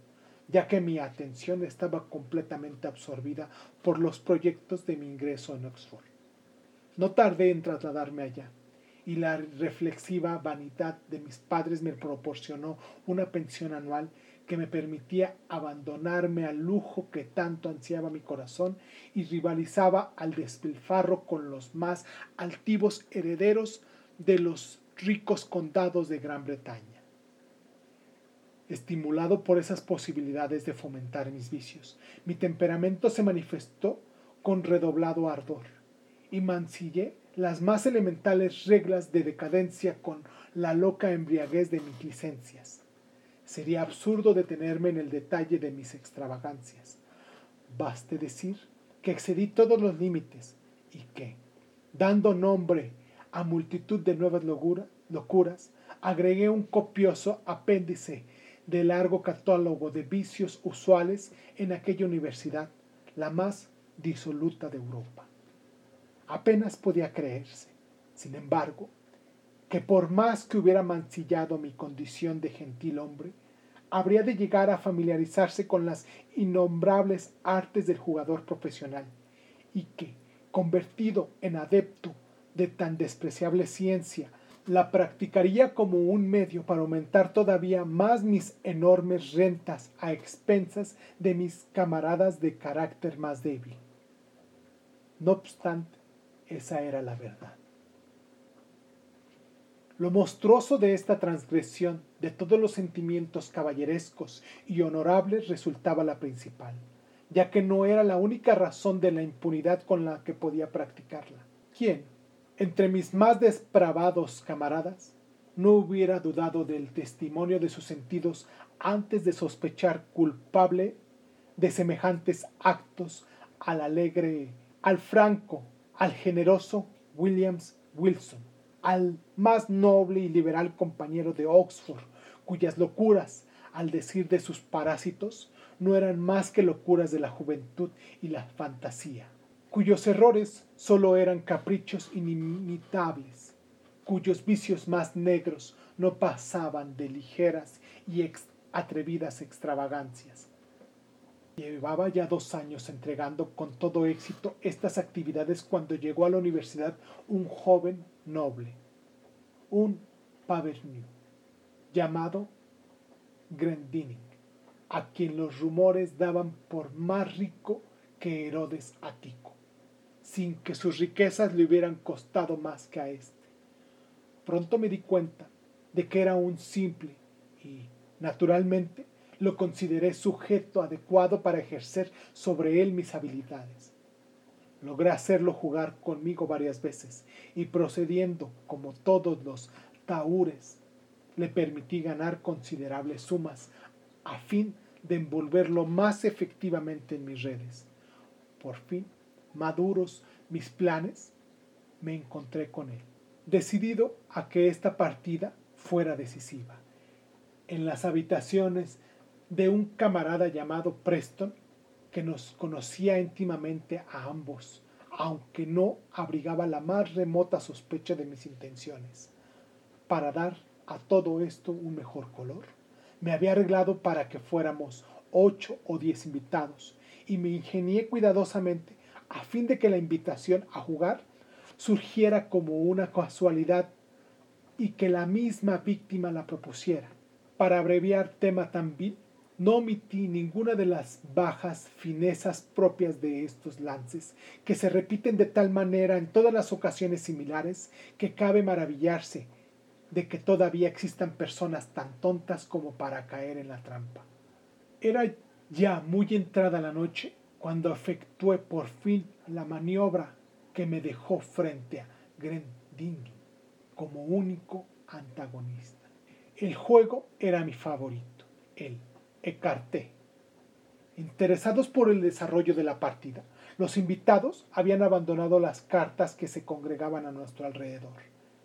ya que mi atención estaba completamente absorbida por los proyectos de mi ingreso en Oxford. No tardé en trasladarme allá, y la reflexiva vanidad de mis padres me proporcionó una pensión anual que me permitía abandonarme al lujo que tanto ansiaba mi corazón y rivalizaba al despilfarro con los más altivos herederos de los ricos condados de Gran Bretaña. Estimulado por esas posibilidades de fomentar mis vicios, mi temperamento se manifestó con redoblado ardor y mancillé las más elementales reglas de decadencia con la loca embriaguez de mis licencias. Sería absurdo detenerme en el detalle de mis extravagancias. Baste decir que excedí todos los límites y que, dando nombre a multitud de nuevas locuras, agregué un copioso apéndice de largo catálogo de vicios usuales en aquella universidad, la más disoluta de Europa. Apenas podía creerse, sin embargo, que por más que hubiera mancillado mi condición de gentil hombre, habría de llegar a familiarizarse con las innombrables artes del jugador profesional, y que, convertido en adepto de tan despreciable ciencia, la practicaría como un medio para aumentar todavía más mis enormes rentas a expensas de mis camaradas de carácter más débil. No obstante, esa era la verdad. Lo monstruoso de esta transgresión de todos los sentimientos caballerescos y honorables resultaba la principal, ya que no era la única razón de la impunidad con la que podía practicarla. ¿Quién, entre mis más depravados camaradas, no hubiera dudado del testimonio de sus sentidos antes de sospechar culpable de semejantes actos al alegre, al franco, al generoso Williams Wilson, al más noble y liberal compañero de Oxford, cuyas locuras, al decir de sus parásitos, no eran más que locuras de la juventud y la fantasía, cuyos errores solo eran caprichos inimitables, cuyos vicios más negros no pasaban de ligeras y atrevidas extravagancias. Llevaba ya 2 años entregando con todo éxito estas actividades cuando llegó a la universidad un joven noble, un Paverny, llamado Glendinning, a quien los rumores daban por más rico que Herodes Ático, sin que sus riquezas le hubieran costado más que a éste. Pronto me di cuenta de que era un simple y, naturalmente, lo consideré sujeto adecuado para ejercer sobre él mis habilidades. Logré hacerlo jugar conmigo varias veces y procediendo como todos los tahures, le permití ganar considerables sumas a fin de envolverlo más efectivamente en mis redes. Por fin, maduros mis planes, me encontré con él, decidido a que esta partida fuera decisiva. En las habitaciones de un camarada llamado Preston, que nos conocía íntimamente a ambos, aunque no abrigaba la más remota sospecha de mis intenciones. Para dar a todo esto un mejor color, me había arreglado para que fuéramos 8 o 10 invitados, y me ingenié cuidadosamente a fin de que la invitación a jugar surgiera como una casualidad y que la misma víctima la propusiera. Para abreviar tema tan vil, no omití ninguna de las bajas finezas propias de estos lances, que se repiten de tal manera en todas las ocasiones similares que cabe maravillarse de que todavía existan personas tan tontas como para caer en la trampa. Era ya muy entrada la noche cuando efectué por fin la maniobra que me dejó frente a Glendinning como único antagonista. El juego era mi favorito, el écarté. Interesados por el desarrollo de la partida, los invitados habían abandonado las cartas que se congregaban a nuestro alrededor.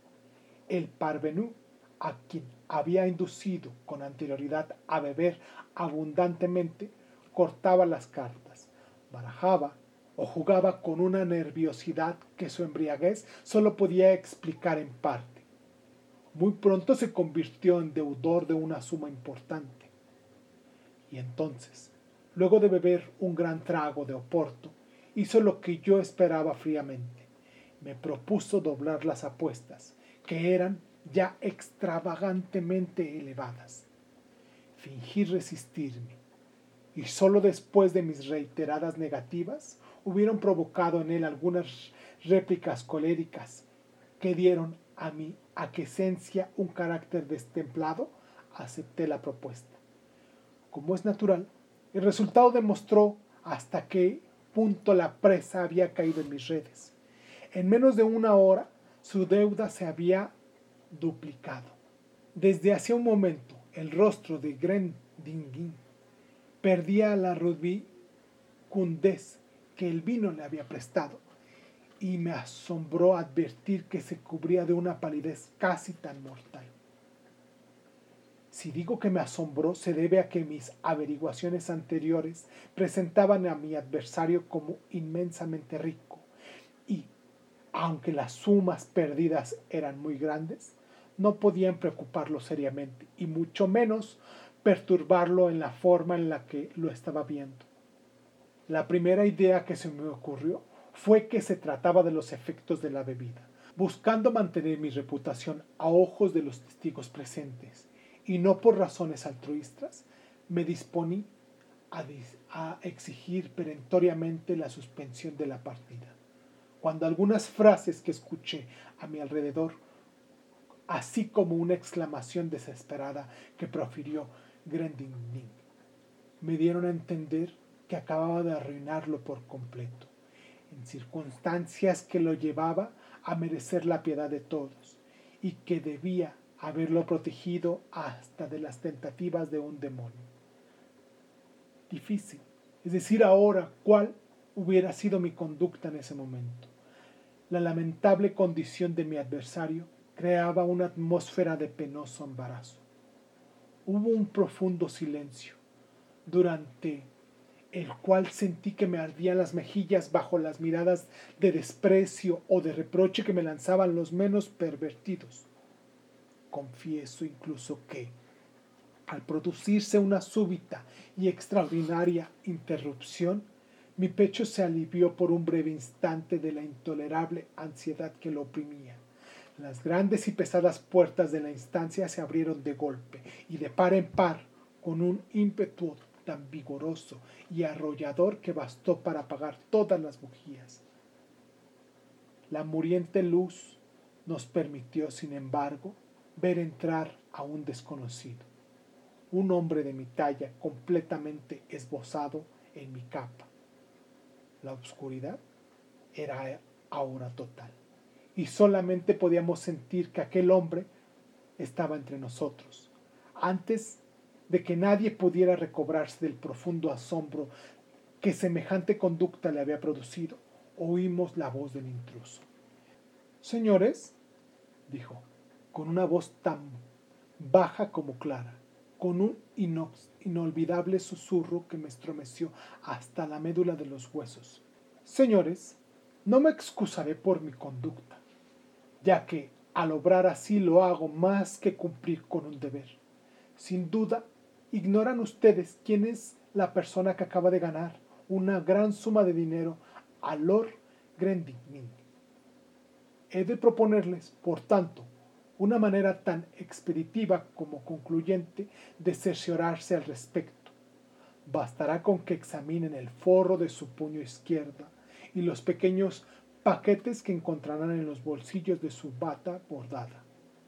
El parvenu, a quien había inducido con anterioridad a beber abundantemente, cortaba las cartas, barajaba o jugaba con una nerviosidad que su embriaguez solo podía explicar en parte. Muy pronto se convirtió en deudor de una suma importante. Y entonces, luego de beber un gran trago de Oporto, hizo lo que yo esperaba fríamente. Me propuso doblar las apuestas, que eran ya extravagantemente elevadas. Fingí resistirme, y solo después de mis reiteradas negativas hubieron provocado en él algunas réplicas coléricas que dieron a mi aquiescencia un carácter destemplado, acepté la propuesta. Como es natural, el resultado demostró hasta qué punto la presa había caído en mis redes. En menos de una hora, su deuda se había duplicado. Desde hacía un momento, el rostro de Glendinning perdía la rubicundez que el vino le había prestado, y me asombró advertir que se cubría de una palidez casi tan mortal. Si digo que me asombró, se debe a que mis averiguaciones anteriores presentaban a mi adversario como inmensamente rico, y, aunque las sumas perdidas eran muy grandes, no podían preocuparlo seriamente, y mucho menos perturbarlo en la forma en la que lo estaba viendo. La primera idea que se me ocurrió fue que se trataba de los efectos de la bebida. Buscando mantener mi reputación a ojos de los testigos presentes, y no por razones altruistas, me disponí a exigir perentoriamente la suspensión de la partida. Cuando algunas frases que escuché a mi alrededor, así como una exclamación desesperada que profirió Glendinning, me dieron a entender que acababa de arruinarlo por completo, en circunstancias que lo llevaba a merecer la piedad de todos, y que debía haberlo protegido hasta de las tentativas de un demonio. Difícil, es decir, ahora cuál hubiera sido mi conducta en ese momento. La lamentable condición de mi adversario creaba una atmósfera de penoso embarazo. Hubo un profundo silencio, durante el cual sentí que me ardían las mejillas bajo las miradas de desprecio o de reproche que me lanzaban los menos pervertidos. Confieso incluso que, al producirse una súbita y extraordinaria interrupción, mi pecho se alivió por un breve instante de la intolerable ansiedad que lo oprimía. Las grandes y pesadas puertas de la instancia se abrieron de golpe y de par en par, con un ímpetu tan vigoroso y arrollador que bastó para apagar todas las bujías. La muriente luz nos permitió, sin embargo, ver entrar a un desconocido, un hombre de mi talla completamente esbozado en mi capa. La oscuridad era ahora total, y solamente podíamos sentir que aquel hombre estaba entre nosotros. Antes de que nadie pudiera recobrarse del profundo asombro que semejante conducta le había producido, oímos la voz del intruso. «Señores», dijo, con una voz tan baja como clara, con un inolvidable susurro que me estremeció hasta la médula de los huesos. «Señores, no me excusaré por mi conducta, ya que al obrar así lo hago más que cumplir con un deber. Sin duda, ignoran ustedes quién es la persona que acaba de ganar una gran suma de dinero a Lord Glendinning. He de proponerles, por tanto, una manera tan expeditiva como concluyente de cerciorarse al respecto. Bastará con que examinen el forro de su puño izquierdo y los pequeños paquetes que encontrarán en los bolsillos de su bata bordada».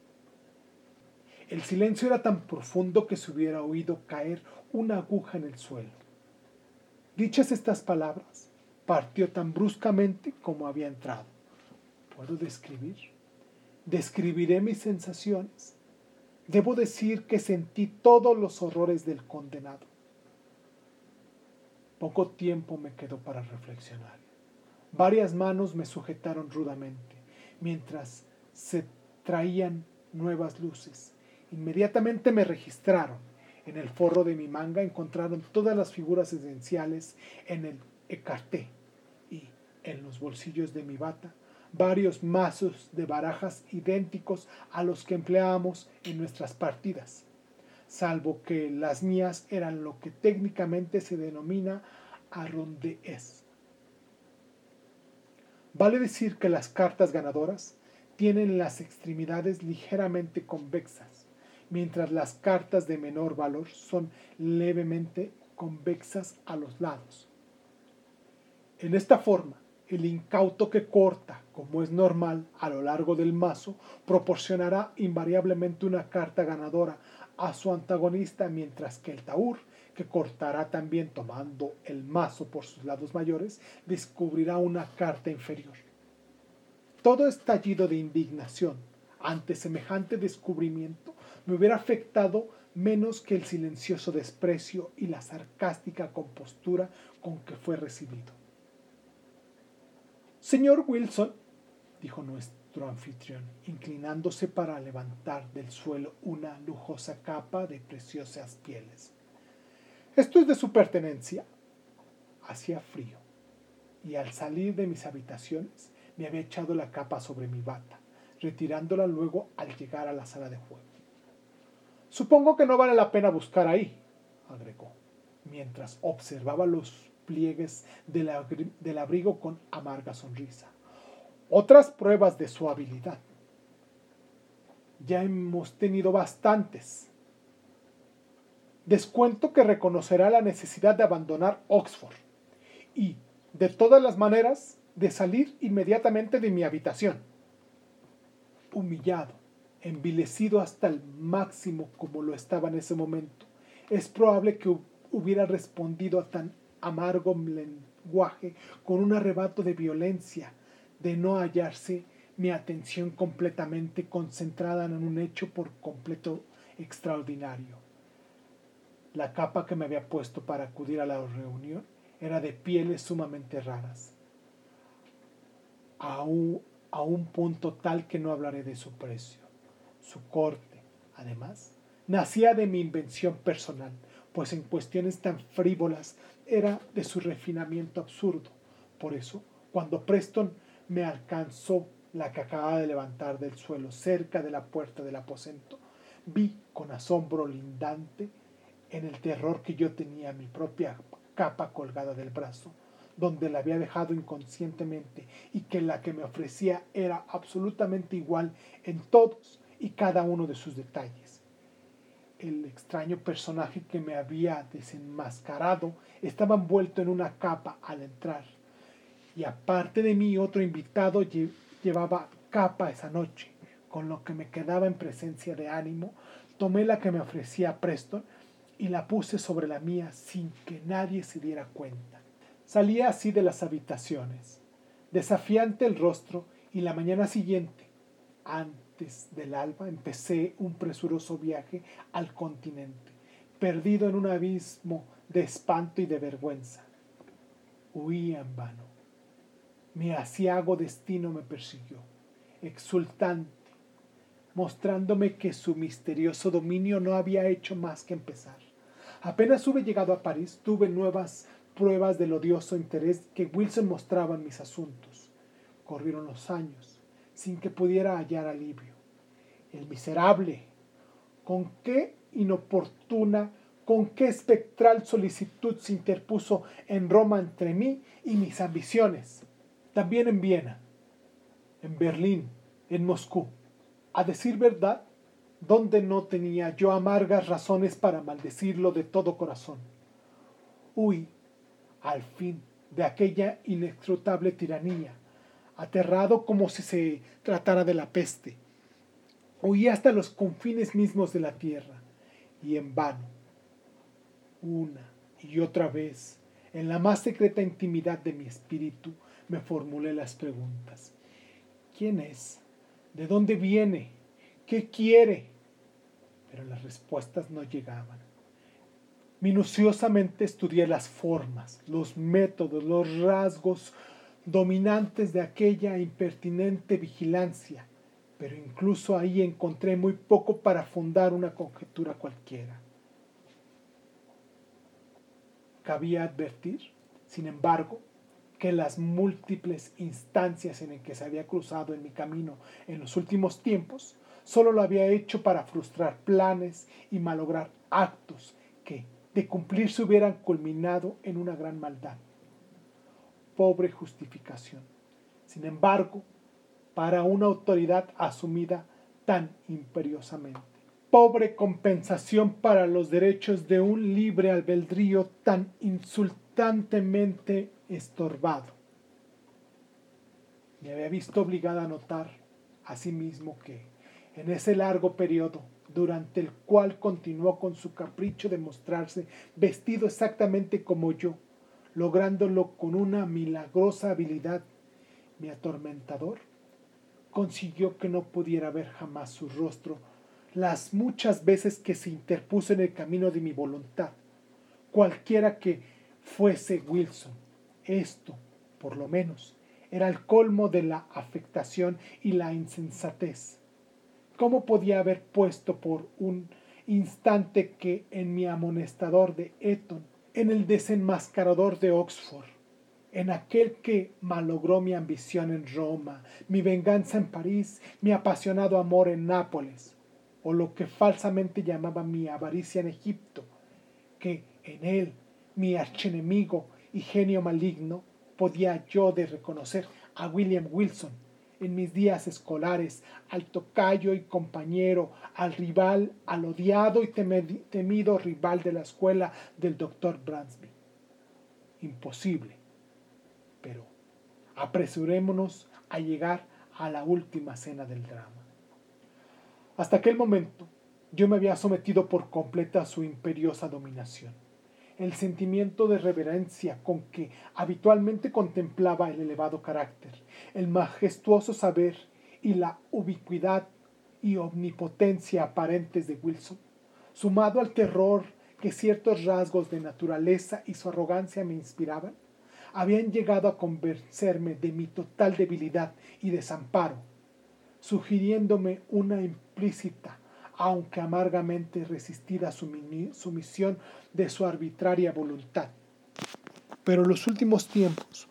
El silencio era tan profundo que se hubiera oído caer una aguja en el suelo. Dichas estas palabras, partió tan bruscamente como había entrado. ¿Puedo describir? ¿Describiré mis sensaciones? Debo decir que sentí todos los horrores del condenado. Poco tiempo me quedó para reflexionar. Varias manos me sujetaron rudamente, mientras se traían nuevas luces. Inmediatamente me registraron. En el forro de mi manga encontraron todas las figuras esenciales en el écarté, y en los bolsillos de mi bata varios mazos de barajas idénticos a los que empleábamos en nuestras partidas. salvo que las mías eran lo que técnicamente se denomina arrondees. Vale decir que las cartas ganadoras tienen las extremidades ligeramente convexas, mientras las cartas de menor valor son levemente convexas a los lados. En esta forma, el incauto que corta, como es normal, a lo largo del mazo, proporcionará invariablemente una carta ganadora a su antagonista, mientras que el taur, que cortará también tomando el mazo por sus lados mayores, descubrirá una carta inferior. Todo estallido de indignación ante semejante descubrimiento me hubiera afectado menos que el silencioso desprecio y la sarcástica compostura con que fue recibido. Señor Wilson, dijo nuestro anfitrión, inclinándose para levantar del suelo una lujosa capa de preciosas pieles. ¿Esto es de su pertenencia? Hacía frío, y al salir de mis habitaciones me había echado la capa sobre mi bata, retirándola luego al llegar a la sala de juego. Supongo que no vale la pena buscar ahí, agregó, mientras observaba los pliegues del abrigo con amarga sonrisa. Otras pruebas de su habilidad. Ya hemos tenido bastantes. Descuento que reconocerá la necesidad de abandonar Oxford y, de todas las maneras, de salir inmediatamente de mi habitación. Humillado, envilecido hasta el máximo como lo estaba en ese momento, es probable que hubiera respondido a tan amargo lenguaje con un arrebato de violencia, de no hallarse mi atención completamente concentrada en un hecho por completo extraordinario. La capa que me había puesto para acudir a la reunión era de pieles sumamente raras, a un punto tal que no hablaré de su precio. Su corte, además, nacía de mi invención personal, pues en cuestiones tan frívolas era de su refinamiento absurdo. Por eso, cuando Preston me alcanzó la que acababa de levantar del suelo cerca de la puerta del aposento, vi con asombro lindante en el terror que yo tenía mi propia capa colgada del brazo, donde la había dejado inconscientemente, y que la que me ofrecía era absolutamente igual en todos y cada uno de sus detalles. El extraño personaje que me había desenmascarado estaba envuelto en una capa al entrar, y aparte de mí otro invitado llevaba capa esa noche. Con lo que me quedaba en presencia de ánimo, tomé la que me ofrecía Preston y la puse sobre la mía sin que nadie se diera cuenta. Salía así de las habitaciones, desafiante el rostro, y la mañana siguiente, antes del alba, empecé un presuroso viaje al continente, perdido en un abismo de espanto y de vergüenza. Huía en vano. Mi aciago destino me persiguió, exultante, mostrándome que su misterioso dominio no había hecho más que empezar. Apenas hube llegado a París, tuve nuevas pruebas del odioso interés que Wilson mostraba en mis asuntos. Corrieron los años, sin que pudiera hallar alivio. El miserable, con qué inoportuna, con qué espectral solicitud se interpuso en Roma entre mí y mis ambiciones. También en Viena, en Berlín, en Moscú. A decir verdad, donde no tenía yo amargas razones para maldecirlo de todo corazón. Huí, al fin, de aquella inescrutable tiranía, aterrado como si se tratara de la peste. Huí hasta los confines mismos de la tierra, y en vano, una y otra vez, en la más secreta intimidad de mi espíritu, me formulé las preguntas. ¿Quién es? ¿De dónde viene? ¿Qué quiere? Pero las respuestas no llegaban. Minuciosamente estudié las formas, los métodos, los rasgos dominantes de aquella impertinente vigilancia, pero incluso ahí encontré muy poco para fundar una conjetura cualquiera. Cabía advertir, sin embargo, que las múltiples instancias en que se había cruzado en mi camino en los últimos tiempos solo lo había hecho para frustrar planes y malograr actos que, de cumplirse, hubieran culminado en una gran maldad. Pobre justificación, sin embargo, para una autoridad asumida tan imperiosamente. Pobre compensación para los derechos de un libre albedrío tan insultantemente estorbado. Me había visto obligada a notar, asimismo, que en ese largo periodo, durante el cual continuó con su capricho de mostrarse vestido exactamente como yo, lográndolo con una milagrosa habilidad, mi atormentador consiguió que no pudiera ver jamás su rostro las muchas veces que se interpuso en el camino de mi voluntad, cualquiera que fuese Wilson. Esto, por lo menos, era el colmo de la afectación y la insensatez. ¿Cómo podía haber puesto por un instante que en mi amonestador de Eton, en el desenmascarador de Oxford, en aquel que malogró mi ambición en Roma, mi venganza en París, mi apasionado amor en Nápoles, o lo que falsamente llamaba mi avaricia en Egipto, que en él, mi archienemigo y genio maligno, podía yo de reconocer a William Wilson, en mis días escolares, al tocayo y compañero, al rival, al odiado y temido rival de la escuela del doctor Bransby. Imposible. Pero apresurémonos a llegar a la última escena del drama. Hasta aquel momento, yo me había sometido por completa a su imperiosa dominación. El sentimiento de reverencia con que habitualmente contemplaba el elevado carácter, el majestuoso saber y la ubicuidad y omnipotencia aparentes de Wilson, sumado al terror que ciertos rasgos de naturaleza y su arrogancia me inspiraban, habían llegado a convencerme de mi total debilidad y desamparo, sugiriéndome una implícita, aunque amargamente resistida sumisión de su arbitraria voluntad. Pero en los últimos tiempos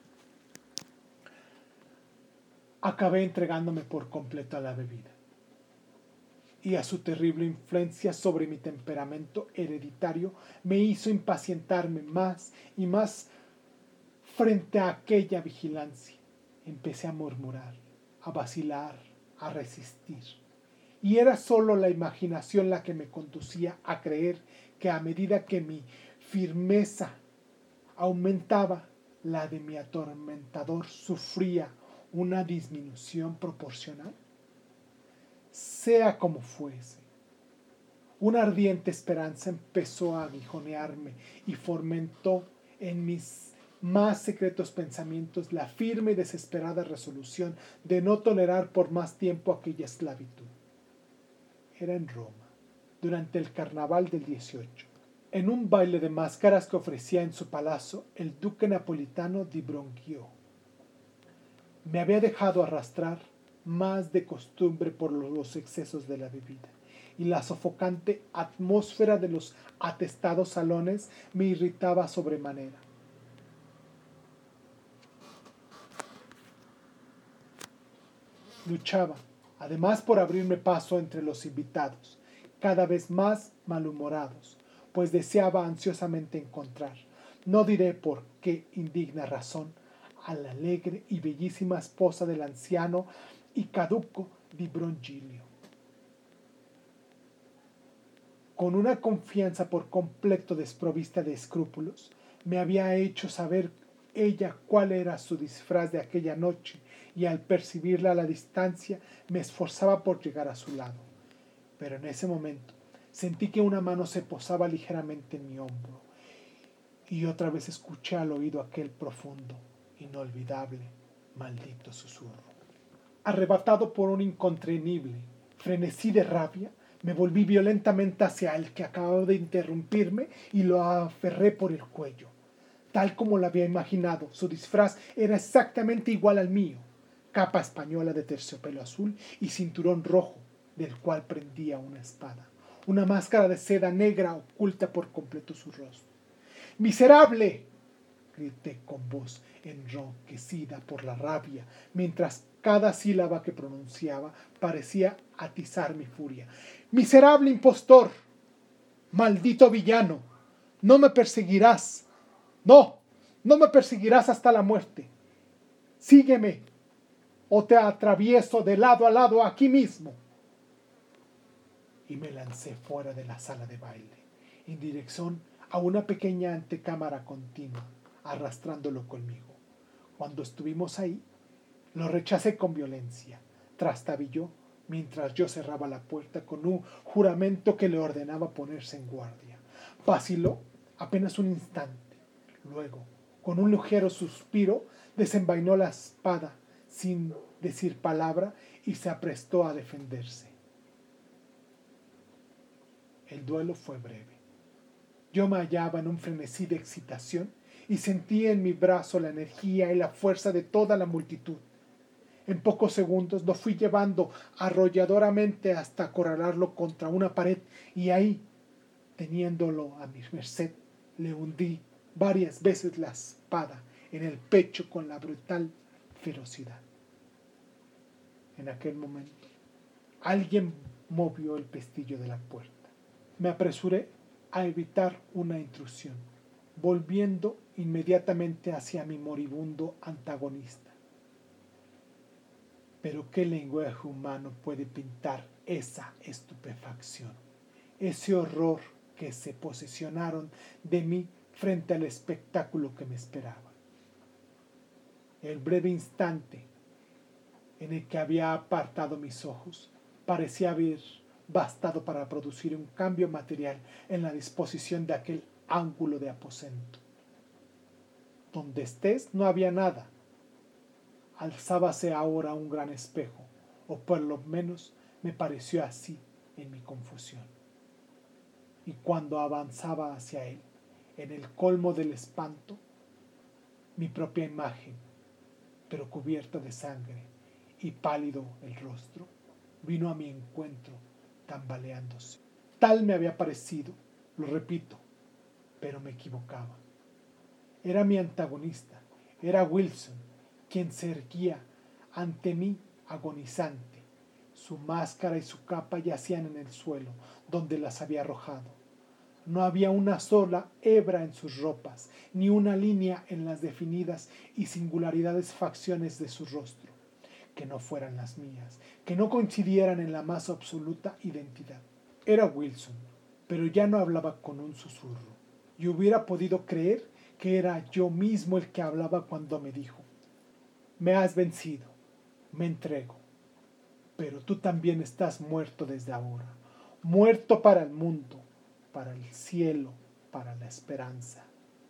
acabé entregándome por completo a la bebida y a su terrible influencia sobre mi temperamento hereditario me hizo impacientarme más y más frente a aquella vigilancia. Empecé a murmurar, a vacilar, a resistir. Y era solo la imaginación la que me conducía a creer que a medida que mi firmeza aumentaba, la de mi atormentador sufría una disminución proporcional. Sea como fuese, una ardiente esperanza empezó a aguijonearme y fomentó en mis más secretos pensamientos la firme y desesperada resolución de no tolerar por más tiempo aquella esclavitud. Era en Roma, durante el carnaval del 18, en un baile de máscaras que ofrecía en su palacio el duque napolitano di Bronchio. Me había dejado arrastrar más de costumbre por los excesos de la bebida, y la sofocante atmósfera de los atestados salones me irritaba sobremanera. Luchaba, además, por abrirme paso entre los invitados, cada vez más malhumorados, pues deseaba ansiosamente encontrar, no diré por qué indigna razón, a la alegre y bellísima esposa del anciano y caduco di Brongilio. Con una confianza por completo desprovista de escrúpulos, me había hecho saber ella cuál era su disfraz de aquella noche, y al percibirla a la distancia me esforzaba por llegar a su lado. Pero en ese momento sentí que una mano se posaba ligeramente en mi hombro, y otra vez escuché al oído aquel profundo, inolvidable, maldito susurro. Arrebatado por un incontenible frenesí de rabia, me volví violentamente hacia el que acababa de interrumpirme y lo aferré por el cuello. Tal como lo había imaginado, su disfraz era exactamente igual al mío: capa española de terciopelo azul y cinturón rojo, del cual pendía una espada. Una máscara de seda negra oculta por completo su rostro. ¡Miserable!, grité con voz enronquecida por la rabia, mientras Cada sílaba que pronunciaba parecía atizar mi furia. ¡Miserable impostor! ¡Maldito villano! ¡No me perseguirás! ¡No! ¡No me perseguirás hasta la muerte! ¡Sígueme! ¡O te atravieso de lado a lado aquí mismo! Y me lancé fuera de la sala de baile, en dirección a una pequeña antecámara continua, arrastrándolo conmigo. Cuando estuvimos ahí, lo rechacé con violencia. Trastabilló mientras yo cerraba la puerta con un juramento que le ordenaba ponerse en guardia. Vaciló apenas un instante. Luego, con un ligero suspiro, desenvainó la espada sin decir palabra y se aprestó a defenderse. El duelo fue breve. Yo me hallaba en un frenesí de excitación y sentía en mi brazo la energía y la fuerza de toda la multitud. En pocos segundos lo fui llevando arrolladoramente hasta acorralarlo contra una pared y ahí, teniéndolo a mi merced, le hundí varias veces la espada en el pecho con la brutal ferocidad. En aquel momento, alguien movió el pestillo de la puerta. Me apresuré a evitar una intrusión, volviendo inmediatamente hacia mi moribundo antagonista. Pero ¿qué lenguaje humano puede pintar esa estupefacción, ese horror que se posesionaron de mí frente al espectáculo que me esperaba? El breve instante en el que había apartado mis ojos parecía haber bastado para producir un cambio material en la disposición de aquel ángulo de aposento. Donde estés no había nada. Alzábase ahora un gran espejo, o por lo menos me pareció así en mi confusión. Y cuando avanzaba hacia él, en el colmo del espanto, mi propia imagen, pero cubierta de sangre y pálido el rostro, vino a mi encuentro tambaleándose. Tal me había parecido, lo repito, pero me equivocaba. Era mi antagonista, era Wilson, quien se erguía ante mí agonizante. Su máscara y su capa yacían en el suelo, donde las había arrojado. No había una sola hebra en sus ropas, ni una línea en las definidas y singularidades facciones de su rostro, que no fueran las mías, que no coincidieran en la más absoluta identidad. Era Wilson, pero ya no hablaba con un susurro, y hubiera podido creer que era yo mismo el que hablaba cuando me dijo: me has vencido, me entrego, pero tú también estás muerto desde ahora, muerto para el mundo, para el cielo, para la esperanza.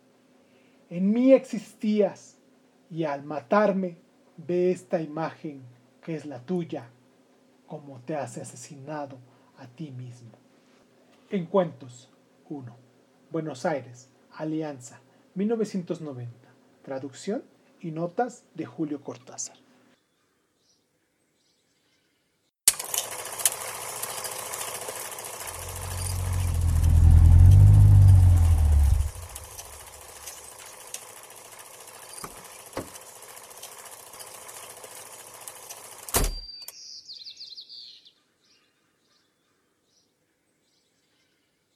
En mí existías y al matarme, ve esta imagen que es la tuya, como te has asesinado a ti mismo. En Cuentos 1. Buenos Aires, Alianza, 1990. Traducción y notas de Julio Cortázar.